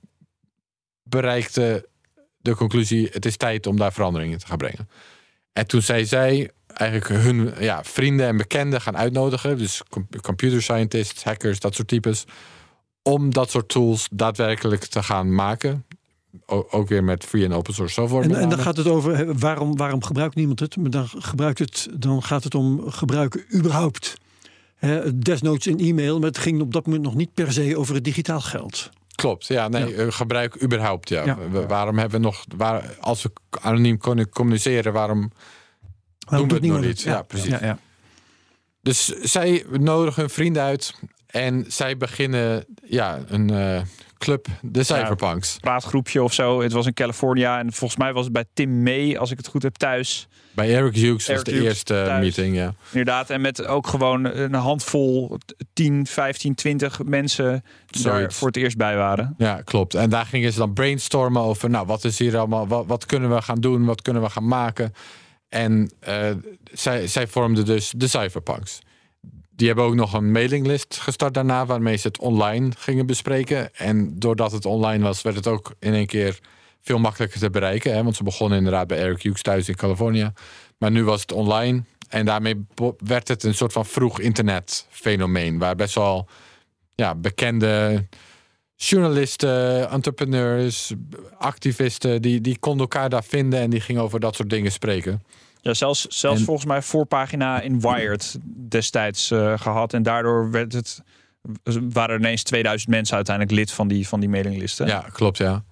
bereikte de conclusie, het is tijd om daar veranderingen te gaan brengen. En toen zij eigenlijk hun vrienden en bekenden gaan uitnodigen. Dus computer scientists, hackers, dat soort types. Om dat soort tools daadwerkelijk te gaan maken. Ook weer met free en open source software. En dan gaat het over waarom gebruikt niemand het? Maar dan gaat het om gebruiken überhaupt. Desnoods in e-mail, maar het ging op dat moment nog niet per se over het digitaal geld. Klopt, gebruik überhaupt. Ja. Waarom hebben we nog, als we anoniem kunnen communiceren, waarom doen we het nog niet? Ja, precies. Ja. Dus zij nodigen hun vrienden uit en zij beginnen een club, de Cypherpunks. Praatgroepje of zo. Het was in California en volgens mij was het bij Tim May, als ik het goed heb, thuis. Bij Eric Hughes was de eerste meeting, ja. Inderdaad, en met ook gewoon een handvol, 10, 15, 20 mensen daar voor het eerst bij waren. Ja, klopt. En daar gingen ze dan brainstormen over, wat is hier allemaal, wat kunnen we gaan doen, wat kunnen we gaan maken. En zij vormden dus de Cypherpunks. Die hebben ook nog een mailinglist gestart daarna, waarmee ze het online gingen bespreken. En doordat het online was, werd het ook in één keer veel makkelijker te bereiken. Hè? Want ze begonnen inderdaad bij Eric Hughes thuis in Californië. Maar nu was het online. En daarmee werd het een soort van vroeg internetfenomeen. Waar best wel bekende journalisten, entrepreneurs, activisten, die konden elkaar daar vinden en die gingen over dat soort dingen spreken. Ja, zelfs volgens mij voorpagina in Wired destijds gehad. En daardoor waren er ineens 2000 mensen uiteindelijk lid van die mailinglisten. Ja, klopt, ja.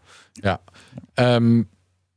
En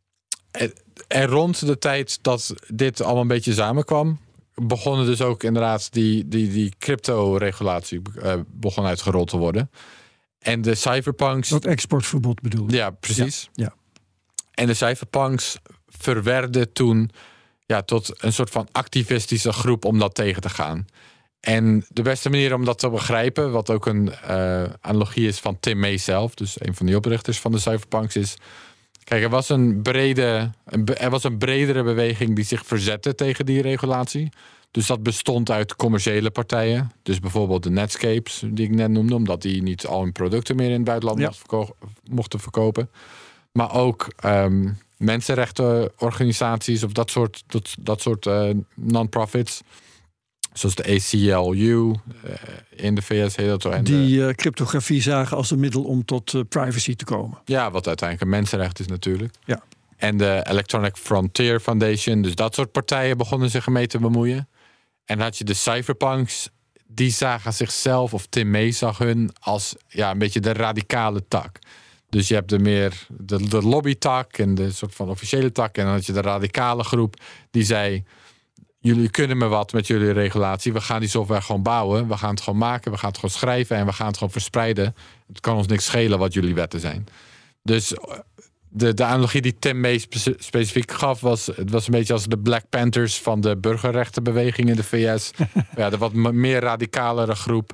rond de tijd dat dit allemaal een beetje samenkwam, begonnen dus ook inderdaad die crypto-regulatie begon uitgerold te worden. En de cypherpunks... Dat exportverbod bedoel je? Ja, precies. Ja. En de cypherpunks verwerden toen tot een soort van activistische groep om dat tegen te gaan. En de beste manier om dat te begrijpen, wat ook een analogie is van Tim May zelf, dus een van die oprichters van de cypherpunks, is... Kijk, er was een bredere beweging die zich verzette tegen die regulatie. Dus dat bestond uit commerciële partijen. Dus bijvoorbeeld de Netscapes, die ik net noemde, omdat die niet al hun producten meer in het buitenland mochten verkopen. Maar ook mensenrechtenorganisaties of dat soort non-profits. Zoals de ACLU in de VS heet dat zo. En die cryptografie zagen als een middel om tot privacy te komen. Ja, wat uiteindelijk een mensenrecht is natuurlijk. Ja. En de Electronic Frontier Foundation. Dus dat soort partijen begonnen zich ermee te bemoeien. En dan had je de cypherpunks. Die zagen zichzelf, of Tim May zag hun, als een beetje de radicale tak. Dus je hebt de lobbytak en de soort van officiële tak. En dan had je de radicale groep die zei... Jullie kunnen me wat met jullie regulatie. We gaan die software gewoon bouwen. We gaan het gewoon maken. We gaan het gewoon schrijven. En we gaan het gewoon verspreiden. Het kan ons niks schelen wat jullie wetten zijn. Dus de analogie die Tim May specifiek gaf... was een beetje als de Black Panthers van de burgerrechtenbeweging in de VS. De wat meer radicalere groep.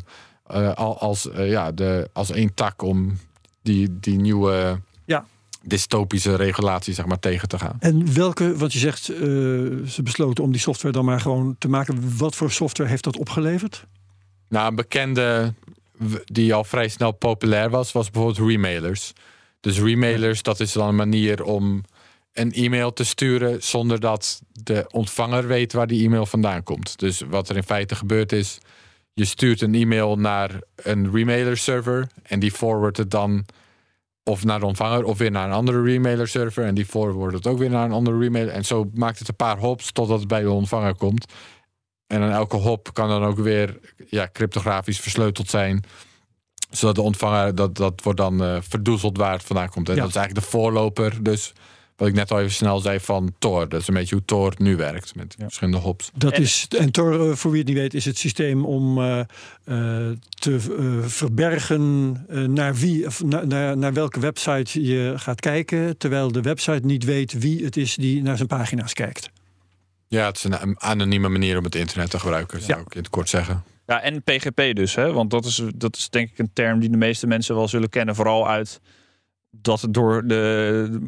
Als één tak om die nieuwe... dystopische regulatie tegen te gaan. En welke, want je zegt ze besloten om die software dan maar gewoon te maken. Wat voor software heeft dat opgeleverd? Nou, een bekende die al vrij snel populair was bijvoorbeeld remailers. Dus remailers, dat is dan een manier om een e-mail te sturen zonder dat de ontvanger weet waar die e-mail vandaan komt. Dus wat er in feite gebeurt is, je stuurt een e-mail naar een remailer server en die forwardt het dan of naar de ontvanger, of weer naar een andere remailer server. En die forwardt het ook weer naar een andere remailer. En zo maakt het een paar hops totdat het bij de ontvanger komt. En aan elke hop kan dan ook weer cryptografisch versleuteld zijn. Zodat de ontvanger, dat wordt dan verdoezeld waar het vandaan komt. En dat is eigenlijk de voorloper. Dus wat ik net al even snel zei van Tor. Dat is een beetje hoe Tor nu werkt met verschillende hops. En Tor, voor wie het niet weet, is het systeem om te verbergen naar welke website je gaat kijken, terwijl de website niet weet wie het is die naar zijn pagina's kijkt. Ja, het is een anonieme manier om het internet te gebruiken, zou ik in het kort zeggen. Ja, en PGP dus, hè? Want dat is denk ik een term die de meeste mensen wel zullen kennen, vooral uit dat het door de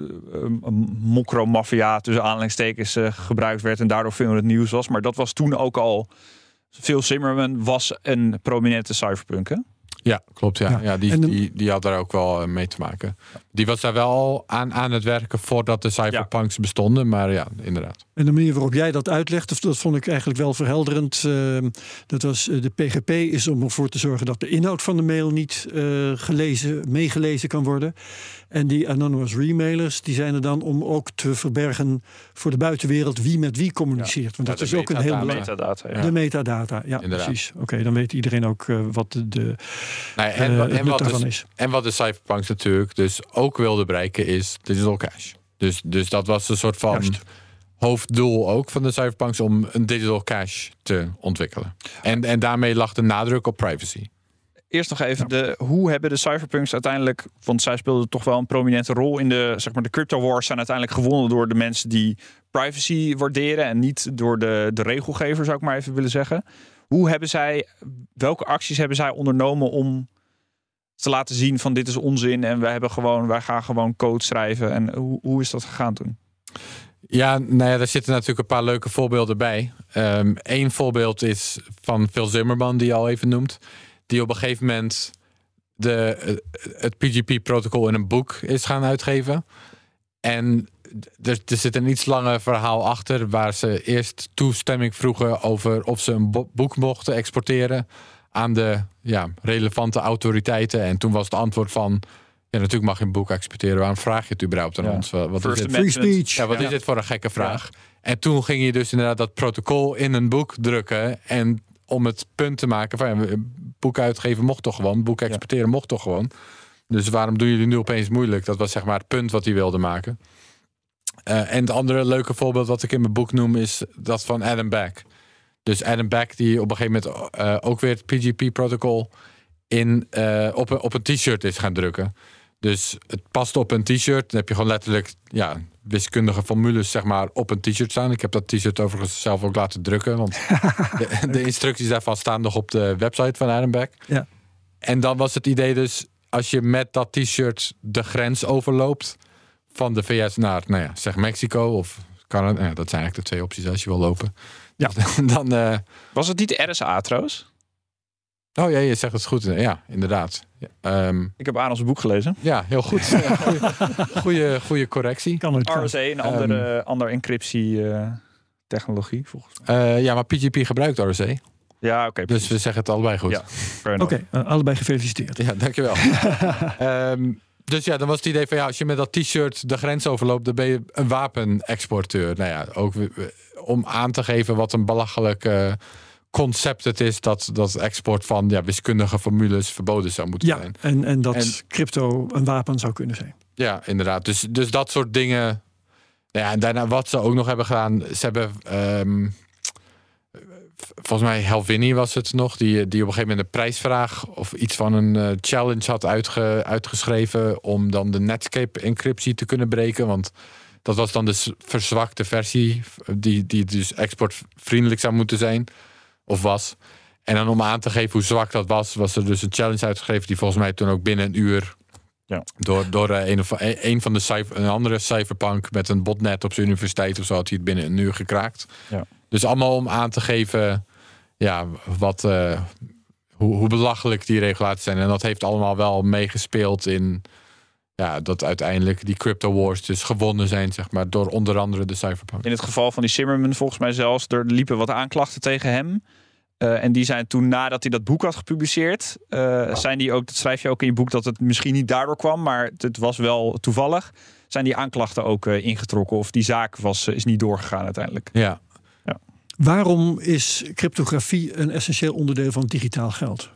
mokromafia tussen aanhalingstekens gebruikt werd en daardoor veel in het nieuws was. Maar dat was toen ook al. Phil Zimmerman was een prominente cypherpunk, hè? Ja, klopt. Ja, die had daar ook wel mee te maken. Die was daar wel aan het werken voordat de cypherpunks bestonden. Maar ja, inderdaad. En de manier waarop jij dat uitlegt, dat vond ik eigenlijk wel verhelderend. Dat was de PGP is om ervoor te zorgen dat de inhoud van de mail niet meegelezen kan worden. En die anonymous remailers, die zijn er dan om ook te verbergen voor de buitenwereld wie met wie communiceert. Want dat is ook een heel belangrijk. Metadata, de metadata, ja, inderdaad. Precies. Oké, dan weet iedereen ook wat daarvan is. En wat de cypherpunks natuurlijk dus ook wilde bereiken is digital cash. Dus dat was een soort van hoofddoel ook van de cypherpunks om een digital cash te ontwikkelen. En daarmee lag de nadruk op privacy. Eerst nog even, hoe hebben de cypherpunks uiteindelijk, want zij speelden toch wel een prominente rol in de crypto wars, zijn uiteindelijk gewonnen door de mensen die privacy waarderen en niet door de regelgever, zou ik maar even willen zeggen. Welke acties hebben zij ondernomen om te laten zien van dit is onzin en wij gaan gewoon code schrijven, en hoe is dat gegaan toen? Ja, daar zitten natuurlijk een paar leuke voorbeelden bij. Eén voorbeeld is van Phil Zimmerman, die je al even noemt, die op een gegeven moment het PGP-protocol in een boek is gaan uitgeven. En er zit een iets langer verhaal achter, waar ze eerst toestemming vroegen over of ze een boek mochten exporteren aan de relevante autoriteiten. En toen was het antwoord van, natuurlijk mag je een boek exporteren. Waarom vraag je het überhaupt aan ons? Wat is dit? Free speech. Ja, wat is dit voor een gekke vraag? Ja. En toen ging je dus inderdaad dat protocol in een boek drukken en om het punt te maken van boek uitgeven mocht toch gewoon, boek exporteren mocht toch gewoon. Dus waarom doen jullie nu opeens moeilijk? Dat was zeg maar het punt wat hij wilde maken. En het andere leuke voorbeeld wat ik in mijn boek noem is dat van Adam Back. Dus Adam Back die op een gegeven moment ook weer het PGP-protocol op een t-shirt is gaan drukken. Dus het past op een t-shirt. Dan heb je gewoon letterlijk wiskundige formules zeg maar op een t-shirt staan. Ik heb dat t-shirt overigens zelf ook laten drukken. Want de instructies daarvan staan nog op de website van Ironback. Ja. En dan was het idee dus, als je met dat t-shirt de grens overloopt van de VS naar, zeg Mexico of Canada. Dat zijn eigenlijk de 2 opties als je wil lopen. Ja. Dan, was het niet RSA trouwens? Oh ja, je zegt het goed. Ja, inderdaad. Ik heb Arons boek gelezen. Ja, heel goed. Goede correctie. Kan het RSA, een andere encryptie technologie volgens mij. Ja, maar PGP gebruikt RSA. Ja, oké. Dus we zeggen het allebei goed. Ja, oké, allebei gefeliciteerd. Ja, dankjewel. Dus ja, dan was het idee van als je met dat t-shirt de grens overloopt, dan ben je een wapenexporteur. Nou ja, ook om aan te geven wat een belachelijk concept het is dat export van wiskundige formules verboden zou moeten zijn. En dat crypto een wapen zou kunnen zijn. Ja, inderdaad. Dus dat soort dingen. Ja, en daarna wat ze ook nog hebben gedaan, ze hebben volgens mij Helvini was het nog, die op een gegeven moment een prijsvraag of iets van een challenge had uitgeschreven om dan de Netscape encryptie te kunnen breken. Want dat was dan de verzwakte versie die dus exportvriendelijk zou moeten zijn. Of was. En dan om aan te geven hoe zwak dat was er dus een challenge uitgegeven die volgens mij toen ook binnen een uur door een andere cypherpunk met een botnet op zijn universiteit of zo had hij het binnen een uur gekraakt. Ja. Dus allemaal om aan te geven hoe belachelijk die regulaties zijn. En dat heeft allemaal wel meegespeeld in dat uiteindelijk die crypto wars dus gewonnen zijn, zeg maar, door onder andere de cypherpunk. In het geval van die Zimmerman volgens mij zelfs, er liepen wat aanklachten tegen hem. En die zijn toen, nadat hij dat boek had gepubliceerd, zijn die ook, dat schrijf je ook in je boek, dat het misschien niet daardoor kwam, maar het was wel toevallig, zijn die aanklachten ook ingetrokken of die zaak is niet doorgegaan uiteindelijk. Ja. Waarom is cryptografie een essentieel onderdeel van digitaal geld?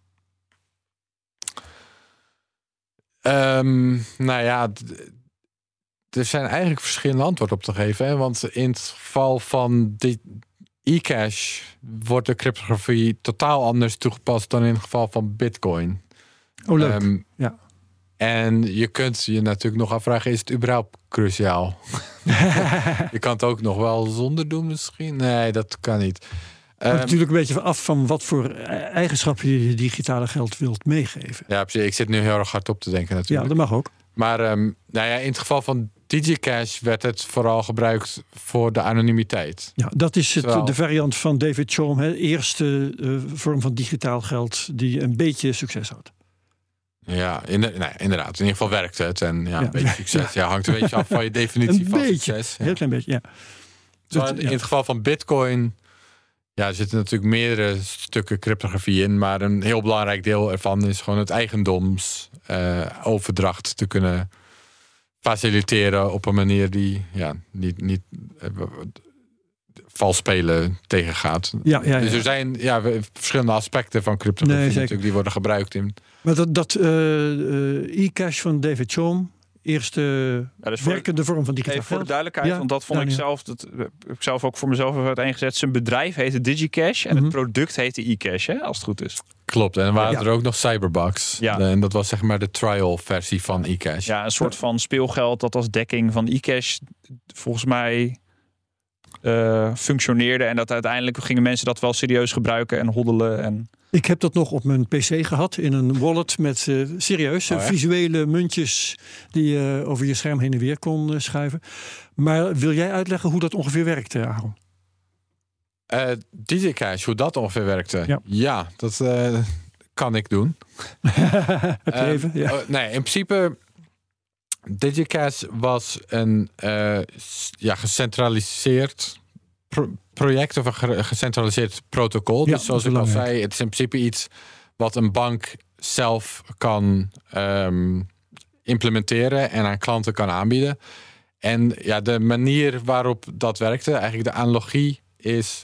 Er zijn eigenlijk verschillende antwoorden op te geven. Hè? Want in het geval van de e-cash wordt de cryptografie totaal anders toegepast dan in het geval van Bitcoin. Oh, leuk. Ja. En je kunt je natuurlijk nog afvragen, is het überhaupt cruciaal? Je kan het ook nog wel zonder doen misschien. Nee, dat kan niet. Hangt natuurlijk een beetje af van wat voor eigenschappen je digitale geld wilt meegeven. Ja, precies. Ik zit nu heel erg hard op te denken natuurlijk. Ja, dat mag ook. Maar in het geval van DigiCash werd het vooral gebruikt voor de anonimiteit. Ja, dat is de variant van David Chaum. De eerste vorm van digitaal geld die een beetje succes had. Ja, inderdaad. In ieder geval werkte het. En een beetje succes. Ja, hangt een beetje af van je definitie van succes. Heel klein beetje, ja. Dus in het geval van Bitcoin, er zitten natuurlijk meerdere stukken cryptografie in, maar een heel belangrijk deel ervan is gewoon het eigendomsoverdracht te kunnen faciliteren op een manier die niet vals spelen tegengaat. Ja. Dus er zijn verschillende aspecten van cryptografie natuurlijk die worden gebruikt in. Maar dat e-cash van David Chaum, eerste werkende vorm van digitaal geld. Voor de duidelijkheid, want dat vond ik zelf, dat heb ik zelf ook voor mezelf uiteengezet. Zijn bedrijf heette DigiCash en het product heette e-cash, als het goed is. Klopt, en dan waren er ook nog Cyberbucks. Ja. En dat was zeg maar de trial versie van e-cash. Ja, een soort van speelgeld dat als dekking van e-cash volgens mij functioneerde. En dat uiteindelijk gingen mensen dat wel serieus gebruiken en hoddelen. En ik heb dat nog op mijn PC gehad in een wallet met visuele muntjes die je over je scherm heen en weer kon schuiven. Maar wil jij uitleggen hoe dat ongeveer werkte, Aaron? DigiCash, hoe dat ongeveer werkte? Ja, dat kan ik doen. Even, in principe, DigiCash was een gecentraliseerd project of een gecentraliseerd protocol. Dus zoals ik al zei, het is in principe iets wat een bank zelf kan implementeren en aan klanten kan aanbieden. En de manier waarop dat werkte, eigenlijk de analogie is,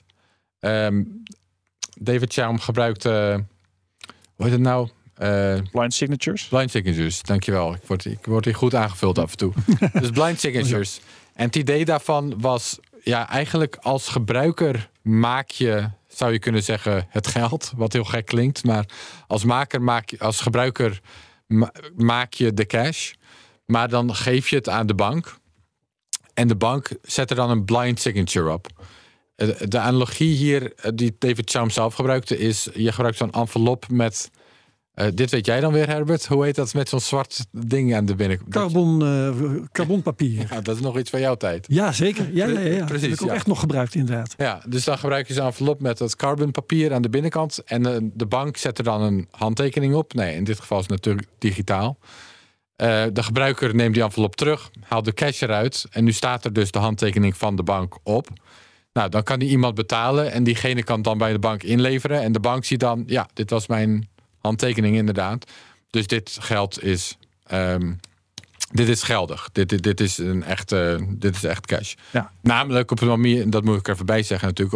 David Chaum gebruikte, hoe heet het nou? Blind signatures. Blind signatures, dankjewel. Ik word hier goed aangevuld af en toe. Dus blind signatures. En het idee daarvan was, eigenlijk als gebruiker maak je, zou je kunnen zeggen, het geld, wat heel gek klinkt, maar als gebruiker maak je de cash, maar dan geef je het aan de bank. En de bank zet er dan een blind signature op. De analogie hier die David Chaum zelf gebruikte is... je gebruikt zo'n envelop met... dit weet jij dan weer, Herbert. Hoe heet dat met zo'n zwart ding aan de binnenkant? Carbonpapier. Ja, dat is nog iets van jouw tijd. Ja, zeker. Ja. Precies, dat heb ik ook echt nog gebruikt, inderdaad. Ja, dus dan gebruik je zo'n envelop met dat carbonpapier aan de binnenkant. En de bank zet er dan een handtekening op. Nee, in dit geval is het natuurlijk digitaal. De gebruiker neemt die envelop terug, haalt de cash eruit. En nu staat er dus de handtekening van de bank op. Nou, dan kan die iemand betalen. En diegene kan het dan bij de bank inleveren. En de bank ziet dan, ja, dit was mijn handtekening inderdaad. Dus dit geld is... dit is geldig. Dit is echt cash. Ja. Namelijk op een manier, dat moet ik er even bij zeggen natuurlijk,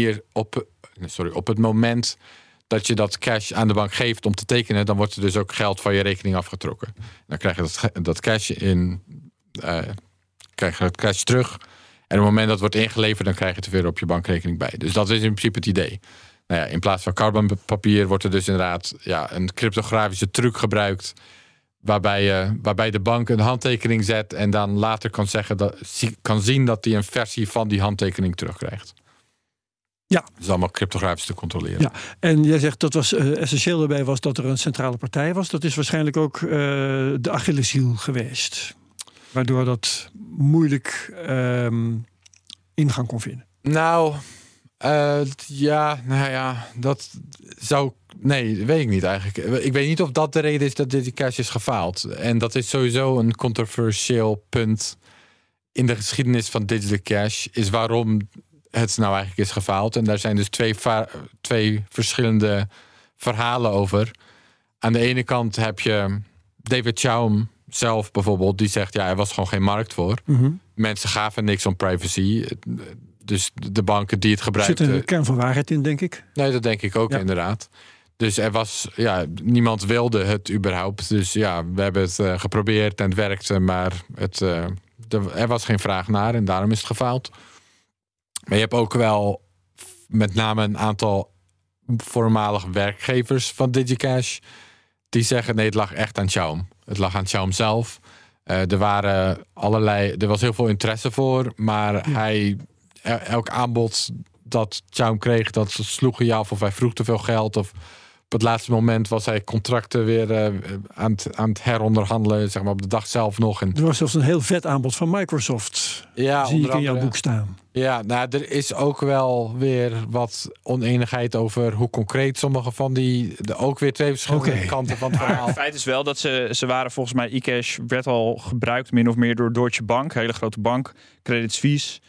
op het moment dat je dat cash aan de bank geeft om te tekenen, dan wordt er dus ook geld van je rekening afgetrokken. Dan krijg je dat cash krijg je het cash terug. En op het moment dat het wordt ingeleverd, dan krijg je het weer op je bankrekening bij. Dus dat is in principe het idee. Nou ja, in plaats van carbonpapier wordt er dus inderdaad een cryptografische truc gebruikt. Waarbij de bank een handtekening zet en dan later kan zien dat hij een versie van die handtekening terugkrijgt. Ja. Dat is allemaal cryptografisch te controleren. Ja. En jij zegt dat was essentieel erbij was dat er een centrale partij was. Dat is waarschijnlijk ook de Achilleshiel geweest. Waardoor dat moeilijk ingang kon vinden. Dat zou... Nee, weet ik niet eigenlijk. Ik weet niet of dat de reden is dat DigiCash is gefaald. En dat is sowieso een controversieel punt in de geschiedenis van Digital Cash. Is waarom het nou eigenlijk is gefaald. En daar zijn dus twee verschillende verhalen over. Aan de ene kant heb je David Chaum zelf bijvoorbeeld. Die zegt, er was gewoon geen markt voor. Mm-hmm. Mensen gaven niks om privacy. Dus de banken die het gebruikten... Er zit een kern van waarheid in, denk ik. Nee, dat denk ik ook inderdaad. Dus er was, niemand wilde het überhaupt. Dus we hebben het geprobeerd en het werkte, maar er was geen vraag naar en daarom is het gefaald. Maar je hebt ook wel met name een aantal voormalige werkgevers van DigiCash die zeggen, nee, het lag echt aan Chaum. Het lag aan Chaum zelf. Er was heel veel interesse voor, maar elk aanbod dat Chaum kreeg, dat sloeg hij af of hij vroeg te veel geld. Of op het laatste moment was hij contracten weer aan het heronderhandelen, zeg maar op de dag zelf nog. En er was zelfs een heel vet aanbod van Microsoft. Ja, zie ik in jouw boek staan. Ja, er is ook wel weer wat oneenigheid over hoe concreet sommige van ook weer twee verschillende kanten van het verhaal. Het feit is wel dat ze waren volgens mij, eCash werd al gebruikt min of meer door Deutsche Bank, een hele grote bank, Credit Suisse.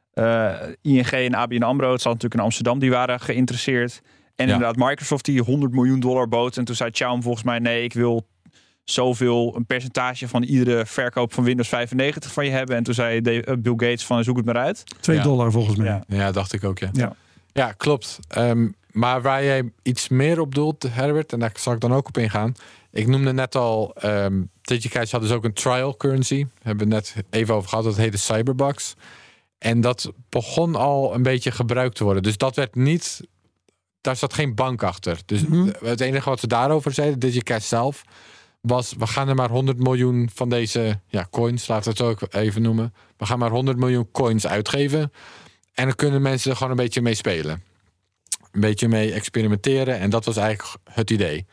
ING en ABN AMRO, het zat natuurlijk in Amsterdam, die waren geïnteresseerd. En inderdaad Microsoft die $100 miljoen bood. En toen zei Chaum volgens mij, nee, ik wil een percentage van iedere verkoop van Windows 95 van je hebben. En toen zei Bill Gates van, zoek het maar uit. $2 volgens mij. Ja, dacht ik ook, ja, klopt. Maar waar jij iets meer op doelt, Herbert, en daar zal ik dan ook op ingaan. Ik noemde net al, DigiCash had dus ook een trial currency. Hebben we net even over gehad, dat heette Cyberbucks. En dat begon al een beetje gebruikt te worden. Dus dat werd niet... Daar zat geen bank achter. Dus het enige wat ze daarover zeiden, DigiCash zelf, was, we gaan er maar 100 miljoen van deze coins, laten we het ook even noemen. We gaan maar 100 miljoen coins uitgeven. En dan kunnen mensen er gewoon een beetje mee spelen. Een beetje mee experimenteren. En dat was eigenlijk het idee.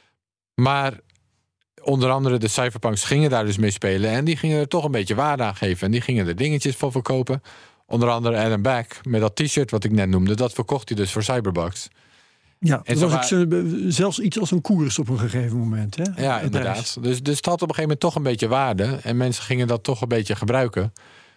Maar onder andere de cypherpunks gingen daar dus mee spelen. En die gingen er toch een beetje waarde aan geven. En die gingen er dingetjes voor verkopen. Onder andere Adam Back met dat t-shirt wat ik net noemde. Dat verkocht hij dus voor Cyberbucks. Ja, en dat was zelfs iets als een koers op een gegeven moment. Hè? Ja, inderdaad. Dus het had op een gegeven moment toch een beetje waarde. En mensen gingen dat toch een beetje gebruiken.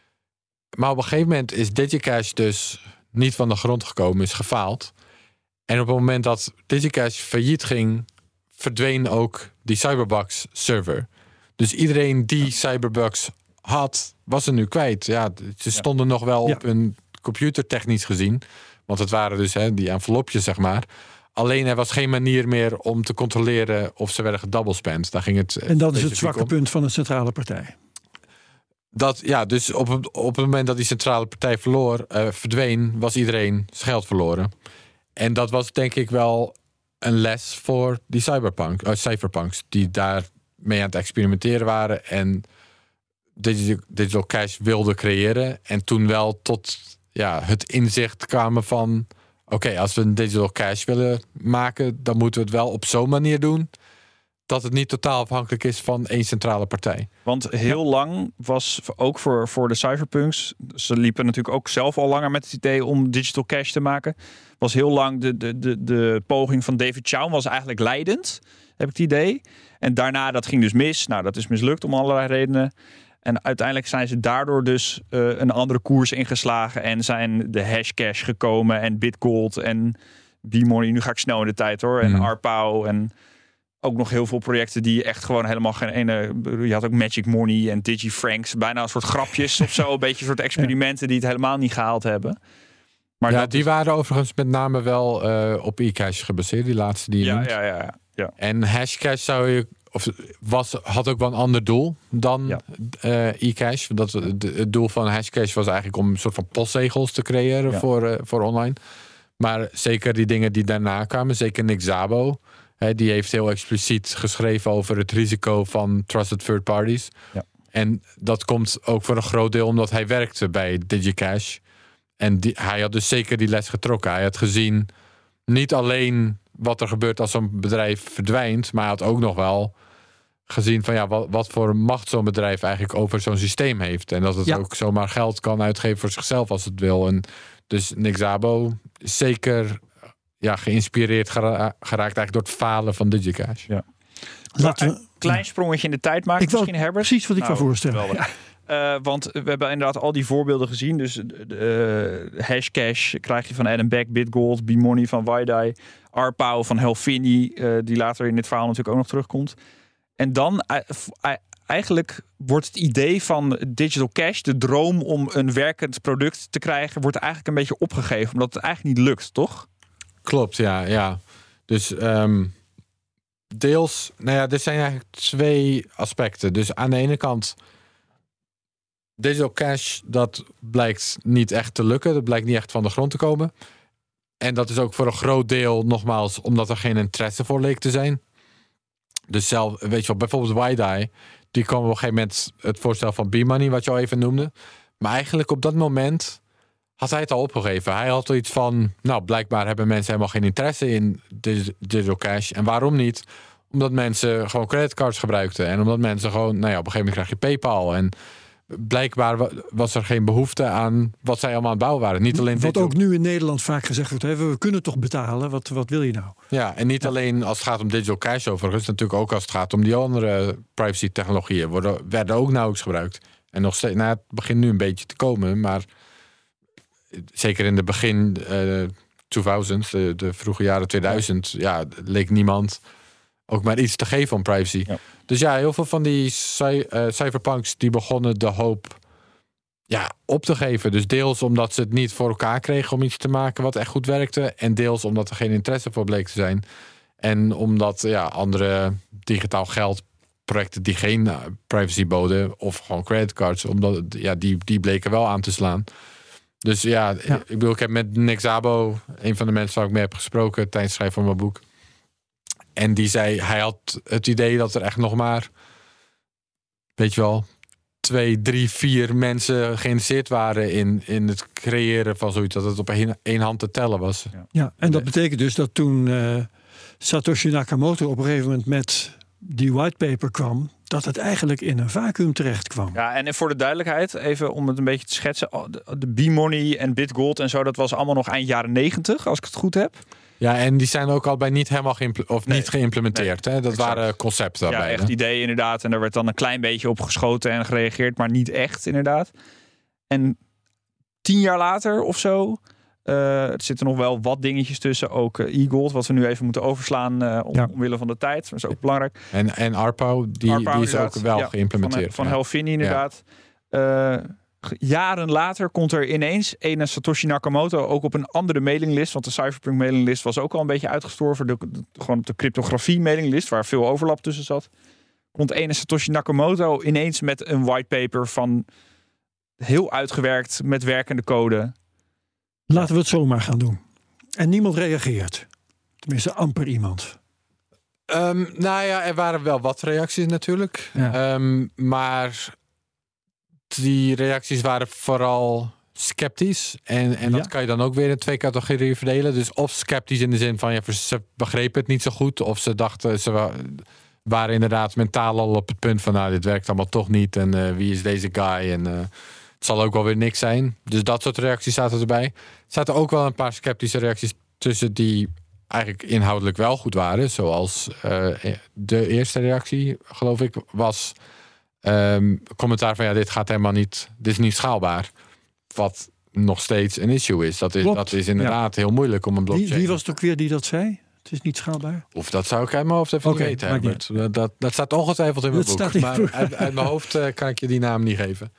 Maar op een gegeven moment is DigiCash dus niet van de grond gekomen. Is gefaald. En op het moment dat DigiCash failliet ging, verdween ook die Cyberbucks server. Dus iedereen die Cyberbucks had, was er nu kwijt. Ja, ze stonden nog wel op hun computer technisch gezien. Want het waren dus die envelopjes, zeg maar. Alleen er was geen manier meer om te controleren of ze werden gedoublespend. Daar ging het. En dat is het zwakke punt van een centrale partij. Dus op het moment dat die centrale partij verdween, was iedereen zijn geld verloren. En dat was denk ik wel een les voor die cypherpunks die daar mee aan het experimenteren waren. En digital cash wilde creëren. En toen wel tot het inzicht kwamen van... Oké, als we een digital cash willen maken... dan moeten we het wel op zo'n manier doen... dat het niet totaal afhankelijk is van één centrale partij. Want heel lang was ook voor de cypherpunks... ze liepen natuurlijk ook zelf al langer met het idee... om digital cash te maken. Was heel lang de poging van David Chaum was eigenlijk leidend... heb ik het idee. En daarna, dat ging dus mis. Nou, dat is mislukt om allerlei redenen... En uiteindelijk zijn ze daardoor dus een andere koers ingeslagen... en zijn de Hashcash gekomen en BitGold en B-Money. Nu ga ik snel in de tijd hoor. En ARPAO en ook nog heel veel projecten die echt gewoon helemaal geen ene... Je had ook Magic Money en DigiFranks. Bijna een soort grapjes of zo. Een beetje een soort experimenten die het helemaal niet gehaald hebben. Maar die waren overigens met name wel op eCash gebaseerd. Die laatste die je noemt. Ja. En Hashcash had ook wel een ander doel dan eCash. Het doel van Hashcash was eigenlijk om een soort van postzegels te creëren voor online. Maar zeker die dingen die daarna kwamen, zeker Nick Szabo, die heeft heel expliciet geschreven over het risico van trusted third parties. Ja. En dat komt ook voor een groot deel omdat hij werkte bij DigiCash. En hij had dus zeker die les getrokken. Hij had gezien niet alleen wat er gebeurt als zo'n bedrijf verdwijnt, maar hij had ook nog wel gezien van wat voor macht zo'n bedrijf eigenlijk over zo'n systeem heeft. En dat het ook zomaar geld kan uitgeven voor zichzelf als het wil. En dus Nick Szabo is zeker geïnspireerd geraakt eigenlijk door het falen van DigiCash. Ja. Laten we een klein sprongetje in de tijd maken. Misschien Herbert. Precies wat ik wou voorstellen. Want we hebben inderdaad al die voorbeelden gezien. Dus Hashcash krijg je van Adam Back, BitGold, B-Money van Waidai, ARPAO van Helfini, die later in dit verhaal natuurlijk ook nog terugkomt. En dan eigenlijk wordt het idee van digital cash, de droom om een werkend product te krijgen, wordt eigenlijk een beetje opgegeven, omdat het eigenlijk niet lukt, toch? Klopt, ja. Dus deels, er zijn eigenlijk twee aspecten. Dus aan de ene kant, digital cash, dat blijkt niet echt te lukken. Dat blijkt niet echt van de grond te komen. En dat is ook voor een groot deel, nogmaals, omdat er geen interesse voor leek te zijn. Dus zelf, weet je wel, bijvoorbeeld Waidai, die kwam op een gegeven moment het voorstel van B-Money, wat je al even noemde. Maar eigenlijk op dat moment had hij het al opgegeven. Hij had iets van, blijkbaar hebben mensen helemaal geen interesse in digital cash. En waarom niet? Omdat mensen gewoon creditcards gebruikten. En omdat mensen gewoon, op een gegeven moment krijg je PayPal. En blijkbaar was er geen behoefte aan wat zij allemaal aan het bouwen waren. Niet alleen wat ook nu in Nederland vaak gezegd wordt, we kunnen toch betalen, wat wil je nou? Ja, en niet alleen als het gaat om digital cash overigens, natuurlijk ook als het gaat om die andere privacy technologieën werden ook nauwelijks gebruikt. En nog steeds, het begint nu een beetje te komen, maar zeker in de begin 2000, de vroege jaren 2000, leek niemand ook maar iets te geven om privacy. Ja. Dus heel veel van die cyberpunks die begonnen de hoop op te geven. Dus deels omdat ze het niet voor elkaar kregen om iets te maken wat echt goed werkte. En deels omdat er geen interesse voor bleek te zijn. En omdat andere digitaal geldprojecten die geen privacy boden, of gewoon creditcards, omdat die bleken wel aan te slaan. Dus ik bedoel, ik heb met Nick Szabo, een van de mensen waar ik mee heb gesproken tijdens het schrijven van mijn boek. En die zei, hij had het idee dat er echt nog maar, 2, 3, 4 mensen geïnteresseerd waren in het creëren van zoiets, dat het op één hand te tellen was. Ja, en dat betekent dus dat toen Satoshi Nakamoto op een gegeven moment met die whitepaper kwam, dat het eigenlijk in een vacuüm terecht kwam. Ja, en voor de duidelijkheid, even om het een beetje te schetsen, de B-Money en BitGold en zo, dat was allemaal nog eind jaren 90, als ik het goed heb. Ja, en die zijn ook al bij niet helemaal niet geïmplementeerd. Nee, hè? Dat waren concepten daarbij. Ja, echt ideeën inderdaad. En daar werd dan een klein beetje op geschoten en gereageerd, maar niet echt inderdaad. En 10 jaar later of zo, er zitten nog wel wat dingetjes tussen. Ook e-gold, wat we nu even moeten overslaan omwille van de tijd. Dat is ook belangrijk. En ARPAO, die is ook wel geïmplementeerd. Van Helfini inderdaad. Jaren later komt er ineens een Satoshi Nakamoto ook op een andere mailinglist. Want de Cypherpunk mailinglist was ook al een beetje uitgestorven. Gewoon op de cryptografie mailinglist, waar veel overlap tussen zat. Komt een Satoshi Nakamoto ineens met een whitepaper van heel uitgewerkt met werkende code. Laten we het zomaar gaan doen. En niemand reageert. Tenminste, amper iemand. Er waren wel wat reacties natuurlijk. Ja. Maar die reacties waren vooral sceptisch. En dat kan je dan ook weer in 2 categorieën verdelen. Dus of sceptisch in de zin van ze begrepen het niet zo goed. Of ze dachten, ze waren inderdaad mentaal al op het punt van dit werkt allemaal toch niet. En wie is deze guy? En het zal ook wel weer niks zijn. Dus dat soort reacties zaten erbij. Er zaten ook wel een paar sceptische reacties tussen die eigenlijk inhoudelijk wel goed waren. Zoals de eerste reactie, geloof ik, was commentaar van dit gaat helemaal niet, dit is niet schaalbaar. Wat nog steeds een issue is. Dat is inderdaad heel moeilijk om een blockchain. Wie was het ook weer die dat zei? Het is niet schaalbaar. Of dat zou ik uit mijn hoofd even weten. Dat staat ongetwijfeld in mijn boek. Maar uit mijn hoofd kan ik je die naam niet geven.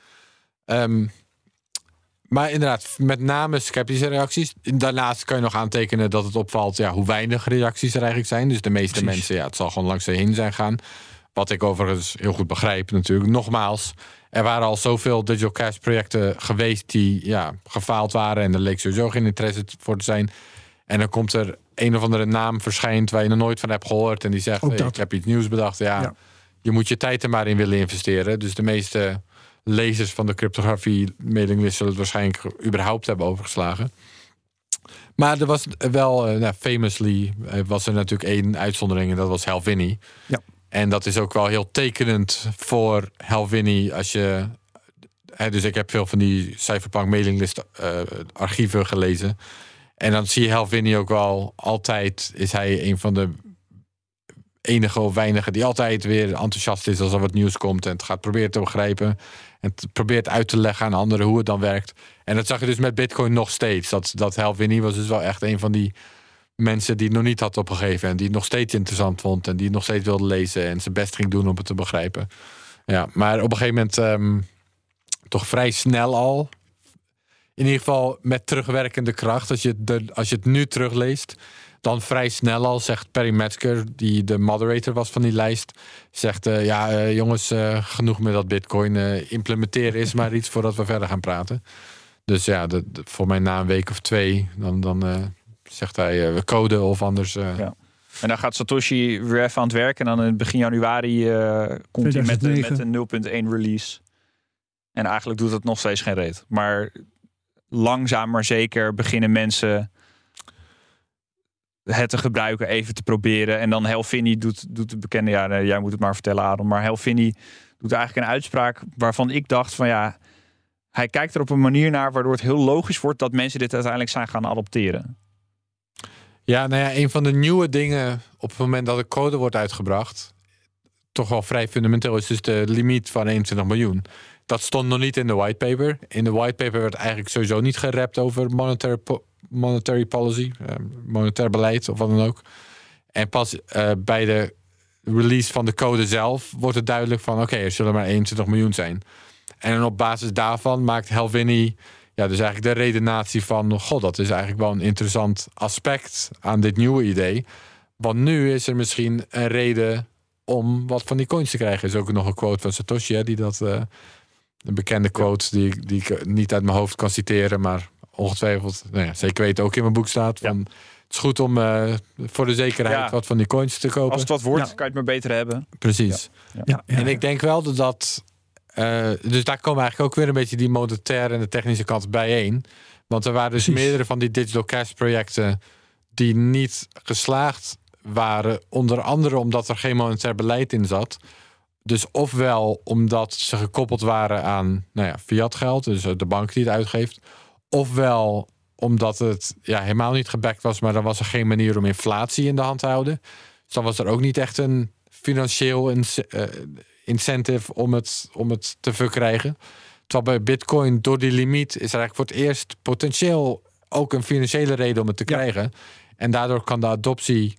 Maar inderdaad, met name sceptische reacties. Daarnaast kan je nog aantekenen dat het opvalt hoe weinig reacties er eigenlijk zijn. Dus de meeste mensen, het zal gewoon langs de heen zijn gaan. Wat ik overigens heel goed begrijp natuurlijk. Nogmaals, er waren al zoveel digital cash projecten geweest die gefaald waren. En er leek sowieso geen interesse voor te zijn. En dan komt er een of andere naam verschijnt waar je nog nooit van hebt gehoord. En die zegt, ik heb iets nieuws bedacht. Je moet je tijd er maar in willen investeren. Dus de meeste lezers van de cryptografie mailinglist zullen het waarschijnlijk überhaupt hebben overgeslagen. Maar er was wel, famously was er natuurlijk 1 uitzondering en dat was Hal Finney. Ja. En dat is ook wel heel tekenend voor Hal Finney als je... dus ik heb veel van die Cypherpunk mailinglist archieven gelezen. En dan zie je Hal Finney ook wel altijd, is hij een van de enige of weinige die altijd weer enthousiast is als er wat nieuws komt en het gaat proberen te begrijpen en het probeert uit te leggen aan anderen hoe het dan werkt. En dat zag je dus met Bitcoin nog steeds. Dat Hal Finney was dus wel echt een van die mensen die het nog niet had opgegeven en die het nog steeds interessant vond en die het nog steeds wilde lezen en zijn best ging doen om het te begrijpen. Ja, maar op een gegeven moment toch vrij snel al, in ieder geval met terugwerkende kracht, als je het nu terugleest, dan vrij snel al zegt Perry Metzger, die de moderator was van die lijst, zegt jongens, genoeg met dat Bitcoin, implementeren is maar iets voordat we verder gaan praten. Dus voor mij na een week of 2, dan zegt hij we code of anders. Ja. En dan gaat Satoshi weer even aan het werk en dan in begin januari komt hij met een 0.1 release. En eigenlijk doet het nog steeds geen reet. Maar langzaam maar zeker beginnen mensen het te gebruiken, even te proberen. En dan Hal Finney doet de bekende... jij moet het maar vertellen, Aaron. Maar Hal Finney doet eigenlijk een uitspraak waarvan ik dacht van hij kijkt er op een manier naar waardoor het heel logisch wordt dat mensen dit uiteindelijk zijn gaan adopteren. Ja, een van de nieuwe dingen op het moment dat de code wordt uitgebracht, toch wel vrij fundamenteel, is dus de limiet van 21 miljoen. Dat stond nog niet in de whitepaper. In de whitepaper werd eigenlijk sowieso niet gerapt over monetary policy, monetair beleid of wat dan ook. En pas bij de release van de code zelf wordt het duidelijk van er zullen maar 21 miljoen zijn. En op basis daarvan maakt Hal Finney dus eigenlijk de redenatie van dat is eigenlijk wel een interessant aspect aan dit nieuwe idee. Want nu is er misschien een reden om wat van die coins te krijgen. Er is ook nog een quote van Satoshi, die dat een bekende quote die ik niet uit mijn hoofd kan citeren, maar ongetwijfeld, zeker weten ook in mijn boek staat. Van, het is goed om voor de zekerheid wat van die coins te kopen. Als het wat wordt, kan je het maar beter hebben. Precies. Ja. En ik denk wel dat dus daar komen eigenlijk ook weer een beetje die monetaire en de technische kant bijeen. Want er waren dus meerdere van die digital cash projecten die niet geslaagd waren. Onder andere omdat er geen monetair beleid in zat. Dus ofwel omdat ze gekoppeld waren aan fiat geld, dus de bank die het uitgeeft. Ofwel omdat het helemaal niet gebackt was, maar dan was er geen manier om inflatie in de hand te houden. Dus dan was er ook niet echt een financieel incentive om het te verkrijgen. Terwijl bij Bitcoin, door die limiet, is er eigenlijk voor het eerst potentieel ook een financiële reden om het te krijgen. En daardoor kan de adoptie,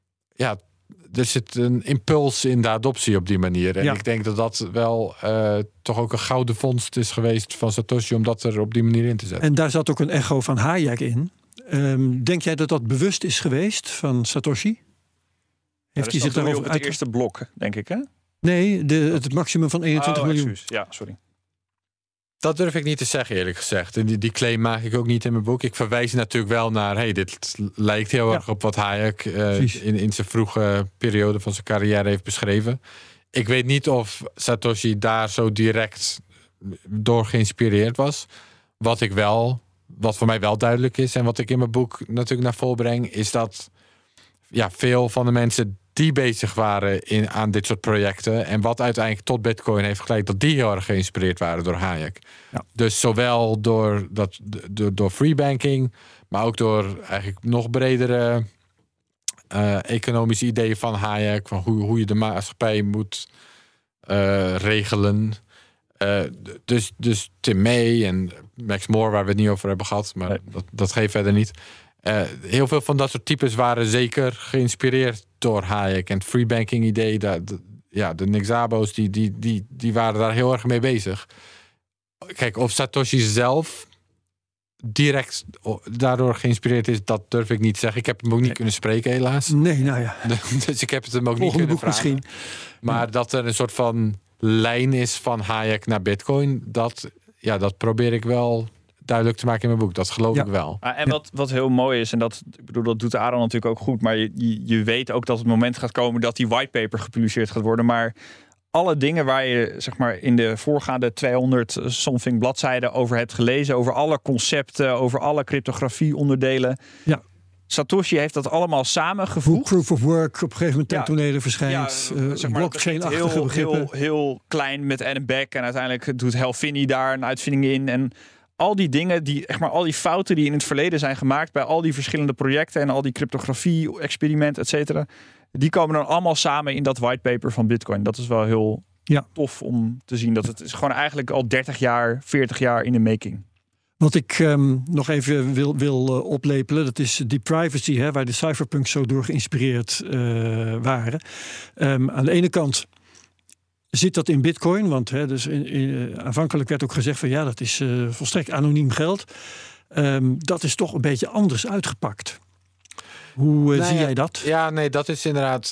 er zit een impuls in de adoptie op die manier. En ik denk dat dat wel toch ook een gouden vondst is geweest van Satoshi om dat er op die manier in te zetten. En daar zat ook een echo van Hayek in. Denk jij dat dat bewust is geweest van Satoshi? Heeft hij zich daarover op het eerste blok, denk ik, hè? Nee, het maximum van 21 miljoen. Ja, sorry. Dat durf ik niet te zeggen, eerlijk gezegd. En die claim maak ik ook niet in mijn boek. Ik verwijs natuurlijk wel naar, dit lijkt heel erg op wat Hayek in zijn vroege periode van zijn carrière heeft beschreven. Ik weet niet of Satoshi daar zo direct door geïnspireerd was. Wat voor mij wel duidelijk is en wat ik in mijn boek natuurlijk naar voren breng, is dat veel van de mensen die bezig waren aan dit soort projecten en wat uiteindelijk tot Bitcoin heeft geleid, dat die heel erg geïnspireerd waren door Hayek. Ja. Dus zowel door free banking, maar ook door eigenlijk nog bredere economische ideeën van Hayek, van hoe je de maatschappij moet regelen. Dus Tim May en Max More, waar we het niet over hebben gehad, maar dat geeft verder niet. Heel veel van dat soort types waren zeker geïnspireerd door Hayek en het free banking idee. De Nick Szabo's die waren daar heel erg mee bezig. Kijk, of Satoshi zelf direct daardoor geïnspireerd is, dat durf ik niet te zeggen. Ik heb hem ook niet kunnen spreken, helaas. Nee, nou ja. Dus ik heb het hem ook niet kunnen vragen. Misschien. Maar dat er een soort van lijn is van Hayek naar Bitcoin, dat probeer ik wel duidelijk te maken in mijn boek. Dat geloof ik wel. En wat heel mooi is, en dat doet Aaron natuurlijk ook goed, maar je weet ook dat het moment gaat komen dat die whitepaper gepubliceerd gaat worden, maar alle dingen waar je zeg maar in de voorgaande 200-something bladzijden over hebt gelezen, over alle concepten, over alle cryptografie onderdelen. Ja. Satoshi heeft dat allemaal samengevoegd. Proof of work op een gegeven moment tentonele verschijnt. Zeg maar, blockchain-achtige begrippen. Heel klein met Adam Back en uiteindelijk doet Hal Finney daar een uitvinding in. En al die dingen, al die fouten die in het verleden zijn gemaakt bij al die verschillende projecten en al die cryptografie-experimenten, et cetera, die komen dan allemaal samen in dat whitepaper van Bitcoin. Dat is wel heel tof om te zien. Dat het is gewoon eigenlijk al 30 jaar, 40 jaar in de making. Wat ik nog even wil oplepelen, dat is die privacy, waar de cypherpunks zo door geïnspireerd waren. Aan de ene kant zit dat in Bitcoin, want aanvankelijk werd ook gezegd van dat is volstrekt anoniem geld. Dat is toch een beetje anders uitgepakt. Hoe zie jij dat? Ja, nee, dat is inderdaad.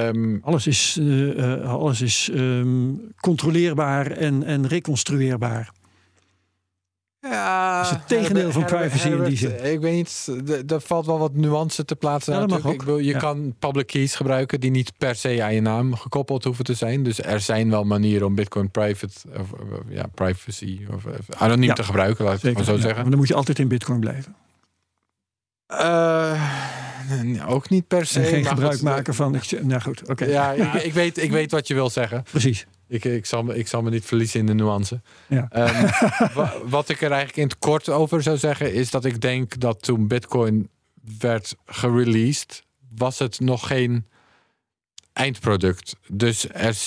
Alles is controleerbaar en reconstrueerbaar. Ja, dat is het tegendeel van privacy in die zin. Ik weet niet, er valt wel wat nuance te plaatsen. Ja, dat mag ook. Je kan public keys gebruiken die niet per se aan je naam gekoppeld hoeven te zijn. Dus er zijn wel manieren om Bitcoin privacy of anoniem te gebruiken, laat ik het zo zeggen. Maar dan moet je altijd in Bitcoin blijven. Ook niet per se. En geen gebruik maken van. Nou goed, oké. Ja, ik weet wat je wil zeggen. Precies. Ik zal me niet verliezen in de nuance. Ja. Wat ik er eigenlijk in het kort over zou zeggen, is dat ik denk dat toen Bitcoin werd gereleased, was het nog geen eindproduct. Dus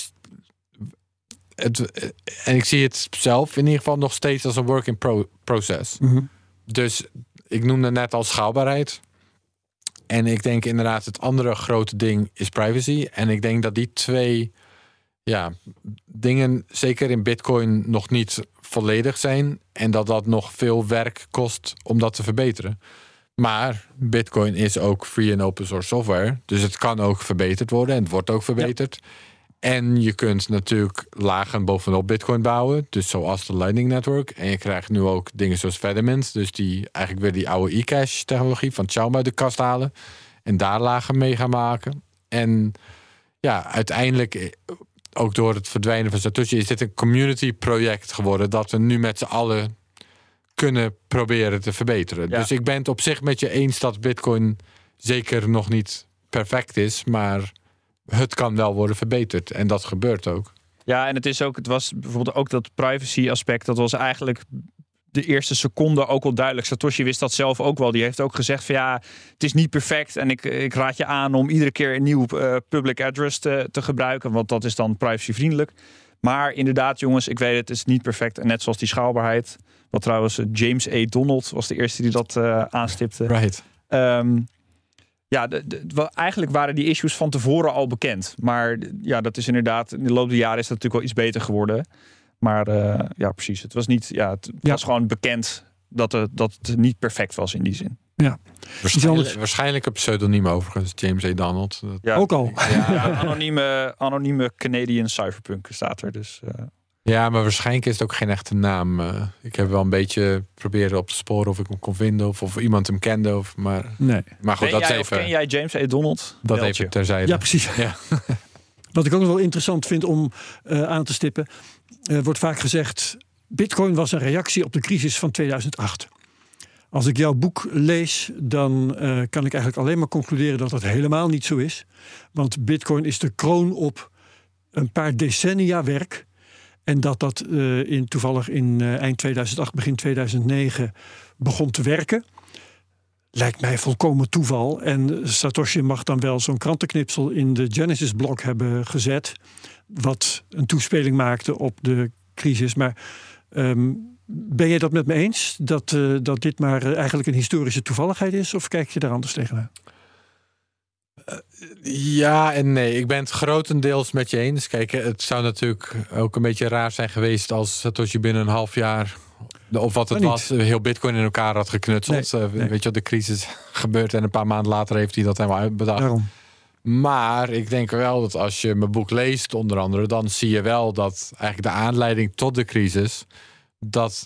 en ik zie het zelf in ieder geval nog steeds als een work in process. Mm-hmm. Dus ik noemde net al schaalbaarheid. En ik denk inderdaad het andere grote ding is privacy. En ik denk dat die twee dingen zeker in Bitcoin nog niet volledig zijn. En dat nog veel werk kost om dat te verbeteren. Maar Bitcoin is ook free en open source software. Dus het kan ook verbeterd worden en het wordt ook verbeterd. Ja. En je kunt natuurlijk lagen bovenop Bitcoin bouwen. Dus zoals de Lightning Network. En je krijgt nu ook dingen zoals Fedimint. Dus die eigenlijk weer die oude e-cash technologie van Chaum uit de kast halen. En daar lagen mee gaan maken. En uiteindelijk, ook door het verdwijnen van Satoshi, is dit een community project geworden dat we nu met z'n allen kunnen proberen te verbeteren. Ja. Dus ik ben het op zich met je eens dat Bitcoin zeker nog niet perfect is, maar het kan wel worden verbeterd. En dat gebeurt ook. Ja, en het was bijvoorbeeld ook dat privacy aspect, dat was eigenlijk de eerste seconde ook al duidelijk. Satoshi wist dat zelf ook wel. Die heeft ook gezegd van het is niet perfect en ik raad je aan om iedere keer een nieuw public address te gebruiken, want dat is dan privacyvriendelijk. Maar inderdaad, jongens, ik weet het is niet perfect. En net zoals die schaalbaarheid, wat trouwens James A. Donald was de eerste die dat aanstipte. Right. Eigenlijk waren die issues van tevoren al bekend. Maar dat is inderdaad, in de loop der jaren is dat natuurlijk wel iets beter geworden. Maar precies. Het was niet. Het was gewoon bekend dat het niet perfect was in die zin. Ja. Waarschijnlijk een pseudoniem overigens, James A. Donald. Ja, ook al. Anonieme Canadian cypherpunk staat er. Dus. Ja, maar waarschijnlijk is het ook geen echte naam. Ik heb wel een beetje proberen op te sporen of ik hem kon vinden of iemand hem kende. Maar goed, dat is even. Ken jij James A. Donald? Dat even terzijde. Ja, precies. Ja. Wat ik ook nog wel interessant vind om aan te stippen, wordt vaak gezegd Bitcoin was een reactie op de crisis van 2008. Als ik jouw boek lees, dan kan ik eigenlijk alleen maar concluderen dat dat helemaal niet zo is. Want Bitcoin is de kroon op een paar decennia werk. En dat toevallig in eind 2008, begin 2009 begon te werken. Lijkt mij volkomen toeval. En Satoshi mag dan wel zo'n krantenknipsel in de Genesis-blok hebben gezet. Wat een toespeling maakte op de crisis. Maar ben jij dat met me eens? Dat dit maar eigenlijk een historische toevalligheid is? Of kijk je daar anders tegenaan? Ja en nee. Ik ben het grotendeels met je eens. Kijk, het zou natuurlijk ook een beetje raar zijn geweest als Satoshi binnen een half jaar, of wat het was, heel Bitcoin in elkaar had geknutseld. Nee. Weet je, de crisis gebeurt en een paar maanden later heeft hij dat helemaal uitbedacht. Daarom. Maar ik denk wel dat als je mijn boek leest, onder andere, dan zie je wel dat eigenlijk de aanleiding tot de crisis, dat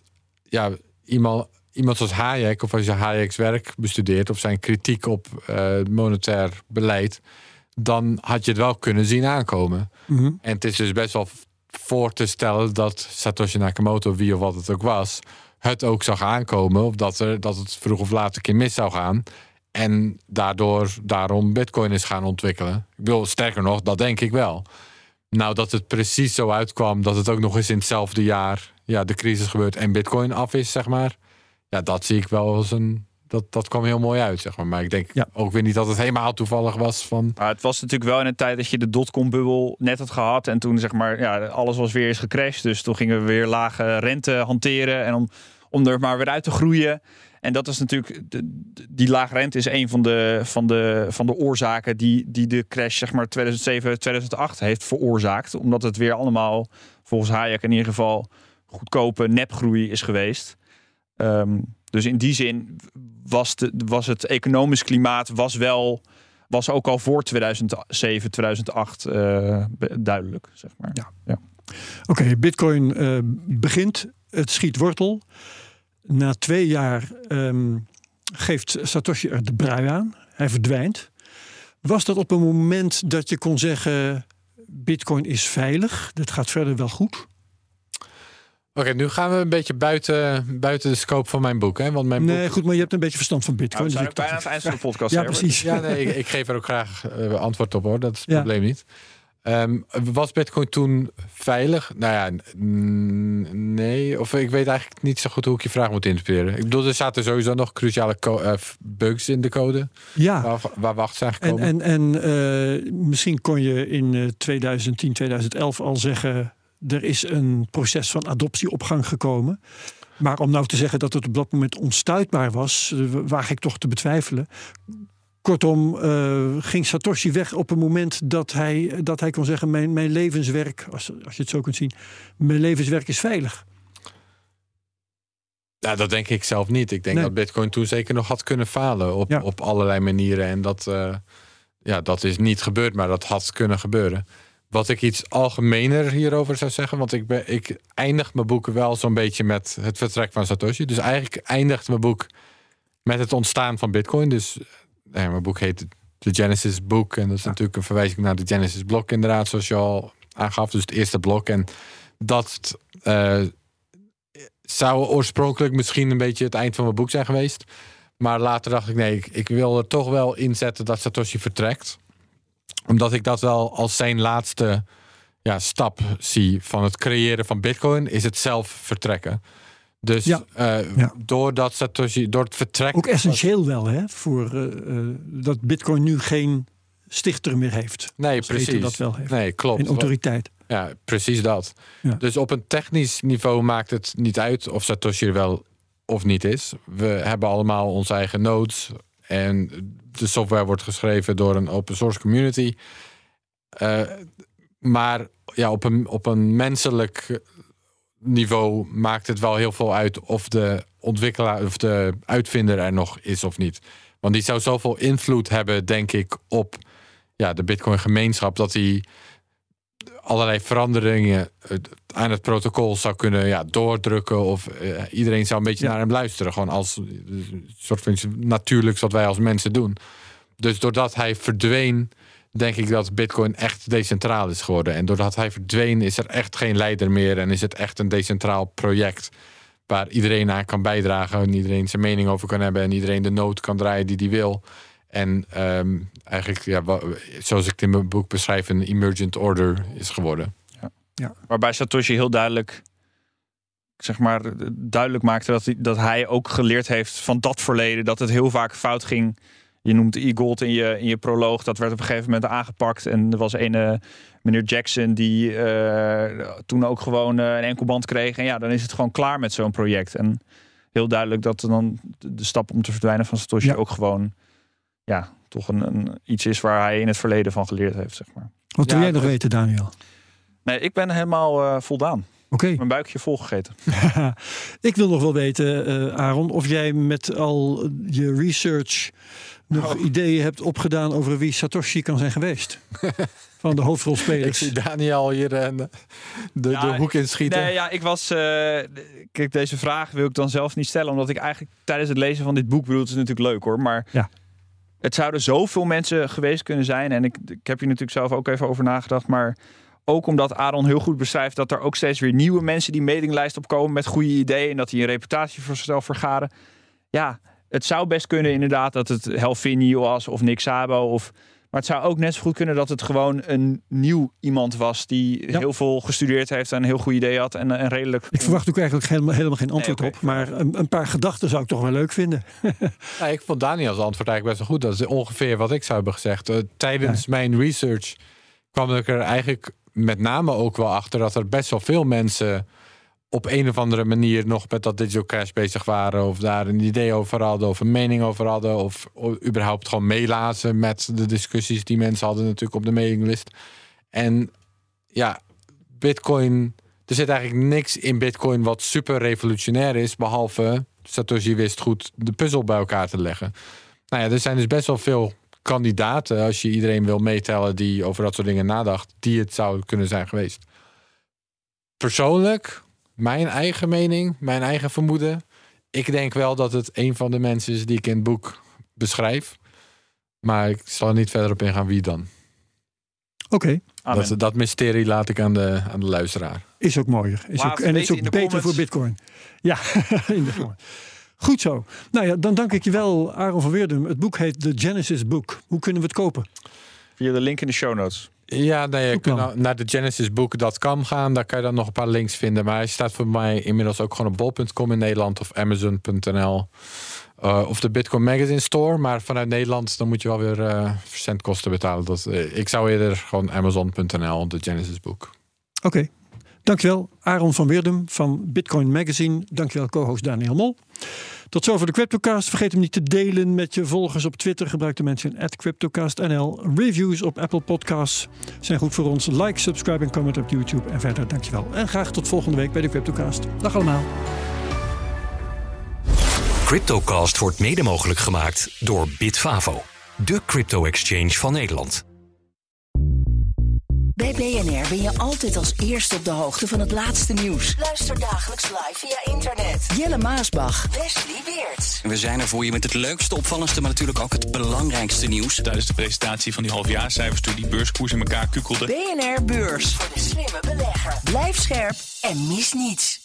iemand zoals Hayek, of als je Hayek's werk bestudeert of zijn kritiek op monetair beleid, dan had je het wel kunnen zien aankomen. Mm-hmm. En het is dus best wel voor te stellen dat Satoshi Nakamoto, wie of wat het ook was, het ook zag aankomen, of dat het vroeg of laat een keer mis zou gaan. En daarom Bitcoin is gaan ontwikkelen. Ik bedoel, sterker nog, dat denk ik wel. Nou, dat het precies zo uitkwam, dat het ook nog eens in hetzelfde jaar de crisis gebeurt en Bitcoin af is, zeg maar. Ja, dat zie ik wel als dat kwam heel mooi uit, zeg maar. Maar ik denk ook weer niet dat het helemaal toevallig was. Maar het was natuurlijk wel in een tijd dat je de dotcom-bubbel net had gehad. En toen, zeg maar, alles was weer eens gecrashed. Dus toen gingen we weer lage rente hanteren. En om er maar weer uit te groeien. En dat is natuurlijk, die lage rente is een van de oorzaken die de crash, zeg maar, 2007, 2008 heeft veroorzaakt. Omdat het weer allemaal, volgens Hayek in ieder geval, goedkope nepgroei is geweest. Dus in die zin was het economisch klimaat was ook al voor 2007, 2008 duidelijk, zeg maar. Ja. Oké, Bitcoin begint, het schiet wortel. Na 2 jaar geeft Satoshi er de brui aan. Hij verdwijnt. Was dat op een moment dat je kon zeggen, Bitcoin is veilig, dit gaat verder wel goed? Oké, nu gaan we een beetje buiten de scope van mijn boek. Hè? Want mijn boek... goed, maar je hebt een beetje verstand van Bitcoin. We zijn ook bijna aan het eind van de podcast. Ja, precies. Ja, nee, ik geef er ook graag antwoord op, hoor. Dat is het probleem niet. Was Bitcoin toen veilig? Nou ja, nee. Of ik weet eigenlijk niet zo goed hoe ik je vraag moet interpreteren. Ik bedoel, er zaten sowieso nog cruciale bugs in de code. Ja. Waar we achter zijn gekomen. En misschien kon je in 2010, 2011 al zeggen, er is een proces van adoptie op gang gekomen. Maar om nou te zeggen dat het op dat moment onstuitbaar was, waag ik toch te betwijfelen. Kortom, ging Satoshi weg op een moment dat hij kon zeggen, mijn levenswerk, als je het zo kunt zien, mijn levenswerk is veilig. Ja, dat denk ik zelf niet. Ik denk dat Bitcoin toen zeker nog had kunnen falen op allerlei manieren. En dat is niet gebeurd, maar dat had kunnen gebeuren. Wat ik iets algemener hierover zou zeggen, want ik eindig mijn boek wel zo'n beetje met het vertrek van Satoshi. Dus eigenlijk eindigt mijn boek met het ontstaan van Bitcoin. Dus mijn boek heet The Genesis Book. En dat is natuurlijk een verwijzing naar de Genesis blok, inderdaad, zoals je al aangaf. Dus het eerste blok. En dat zou oorspronkelijk misschien een beetje het eind van mijn boek zijn geweest. Maar later dacht ik, nee, ik wil er toch wel inzetten dat Satoshi vertrekt. Omdat ik dat wel als zijn laatste stap zie van het creëren van Bitcoin, is het zelf vertrekken. Dus doordat Satoshi, door het vertrek... Ook essentieel wel, hè? Voor dat Bitcoin nu geen stichter meer heeft. Nee, precies. Dat wel heeft. Nee, klopt. En autoriteit. Ja, precies dat. Ja. Dus op een technisch niveau maakt het niet uit of Satoshi er wel of niet is. We hebben allemaal onze eigen nodes. En de software wordt geschreven door een open source community. Maar op een menselijk niveau maakt het wel heel veel uit of de ontwikkelaar of de uitvinder er nog is of niet. Want die zou zoveel invloed hebben, denk ik, op de Bitcoin gemeenschap, dat hij allerlei veranderingen aan het protocol zou kunnen doordrukken, of iedereen zou een beetje naar hem luisteren, gewoon als een soort van natuurlijks wat wij als mensen doen. Dus doordat hij verdween, denk ik dat Bitcoin echt decentraal is geworden. En doordat hij verdween is er echt geen leider meer en is het echt een decentraal project waar iedereen aan kan bijdragen en iedereen zijn mening over kan hebben en iedereen de noot kan draaien die wil. En eigenlijk, zoals ik het in mijn boek beschrijf, een emergent order is geworden. Ja. Waarbij Satoshi heel duidelijk, duidelijk maakte dat hij ook geleerd heeft van dat verleden, dat het heel vaak fout ging. Je noemt e-gold in je proloog, dat werd op een gegeven moment aangepakt. En er was meneer Jackson die toen ook gewoon een enkelband kreeg. En ja, dan is het gewoon klaar met zo'n project. En heel duidelijk dat dan de stap om te verdwijnen van Satoshi ook gewoon toch een iets is waar hij in het verleden van geleerd heeft, zeg maar. Wat wil jij nog weten, Daniel? Nee, ik ben helemaal voldaan. Okay. Mijn buikje volgegeten. Ik wil nog wel weten, Aaron, of jij met al je research nog ideeën hebt opgedaan over wie Satoshi kan zijn geweest. Van de hoofdrolspelers. Ik zie Daniel hier de hoek inschieten. Nee, ik was... kijk, deze vraag wil ik dan zelf niet stellen, omdat ik eigenlijk tijdens het lezen van dit boek, bedoel, het is natuurlijk leuk hoor, maar het zouden zoveel mensen geweest kunnen zijn. En ik heb hier natuurlijk zelf ook even over nagedacht, maar ook omdat Aaron heel goed beschrijft dat er ook steeds weer nieuwe mensen die mailinglijst opkomen met goede ideeën en dat die een reputatie voor zichzelf vergaren. Ja, het zou best kunnen inderdaad dat het Hal Finney was of Nick Szabo. Maar het zou ook net zo goed kunnen dat het gewoon een nieuw iemand was die heel veel gestudeerd heeft en een heel goed idee had. En redelijk... Ik verwacht ook eigenlijk helemaal geen antwoord op. Maar een paar gedachten zou ik toch wel leuk vinden. Ik vond Daniels antwoord eigenlijk best wel goed. Dat is ongeveer wat ik zou hebben gezegd. Tijdens mijn research kwam ik er eigenlijk met name ook wel achter dat er best wel veel mensen op een of andere manier nog met dat digital cash bezig waren, of daar een idee over hadden, of een mening over hadden, of überhaupt gewoon meelazen met de discussies die mensen hadden natuurlijk op de mailinglist. En ja, Bitcoin, er zit eigenlijk niks in Bitcoin wat super revolutionair is, behalve Satoshi wist goed de puzzel bij elkaar te leggen. Nou ja, er zijn dus best wel veel kandidaten, als je iedereen wil meetellen die over dat soort dingen nadacht, die het zou kunnen zijn geweest. Persoonlijk, mijn eigen mening, mijn eigen vermoeden. Ik denk wel dat het een van de mensen is die ik in het boek beschrijf. Maar ik zal er niet verder op ingaan wie dan. Oké. Dat mysterie laat ik aan de luisteraar. Is ook mooier. En is ook beter voor Bitcoin. Ja, in de comments. Goed zo. Nou ja, dan dank ik je wel, Aaron van Weerdum. Het boek heet The Genesis Book. Hoe kunnen we het kopen? Via de link in de show notes. Ja, je kunt naar de genesisbook.com gaan. Daar kan je dan nog een paar links vinden. Maar hij staat voor mij inmiddels ook gewoon op bol.com in Nederland of Amazon.nl. Of de Bitcoin Magazine Store. Maar vanuit Nederland dan moet je wel weer verzendkosten betalen. Ik zou eerder gewoon Amazon.nl, de Genesis Book. Oké. Dankjewel, Aaron van Weerdum van Bitcoin Magazine. Dankjewel, co-host Daniel Mol. Tot zover de CryptoCast. Vergeet hem niet te delen met je volgers op Twitter. Gebruik de mention @CryptoCastNL. Reviews op Apple Podcasts zijn goed voor ons. Like, subscribe en comment op YouTube. En verder, dankjewel. En graag tot volgende week bij de CryptoCast. Dag allemaal. CryptoCast wordt mede mogelijk gemaakt door Bitfavo, de crypto-exchange van Nederland. Bij BNR ben je altijd als eerste op de hoogte van het laatste nieuws. Luister dagelijks live via internet. Jelle Maasbach. Wesley Weerts. We zijn er voor je met het leukste, opvallendste, maar natuurlijk ook het belangrijkste nieuws. Tijdens de presentatie van die halfjaarcijfers toen die beurskoers in elkaar kukkelde. BNR Beurs. Voor de slimme belegger. Blijf scherp en mis niets.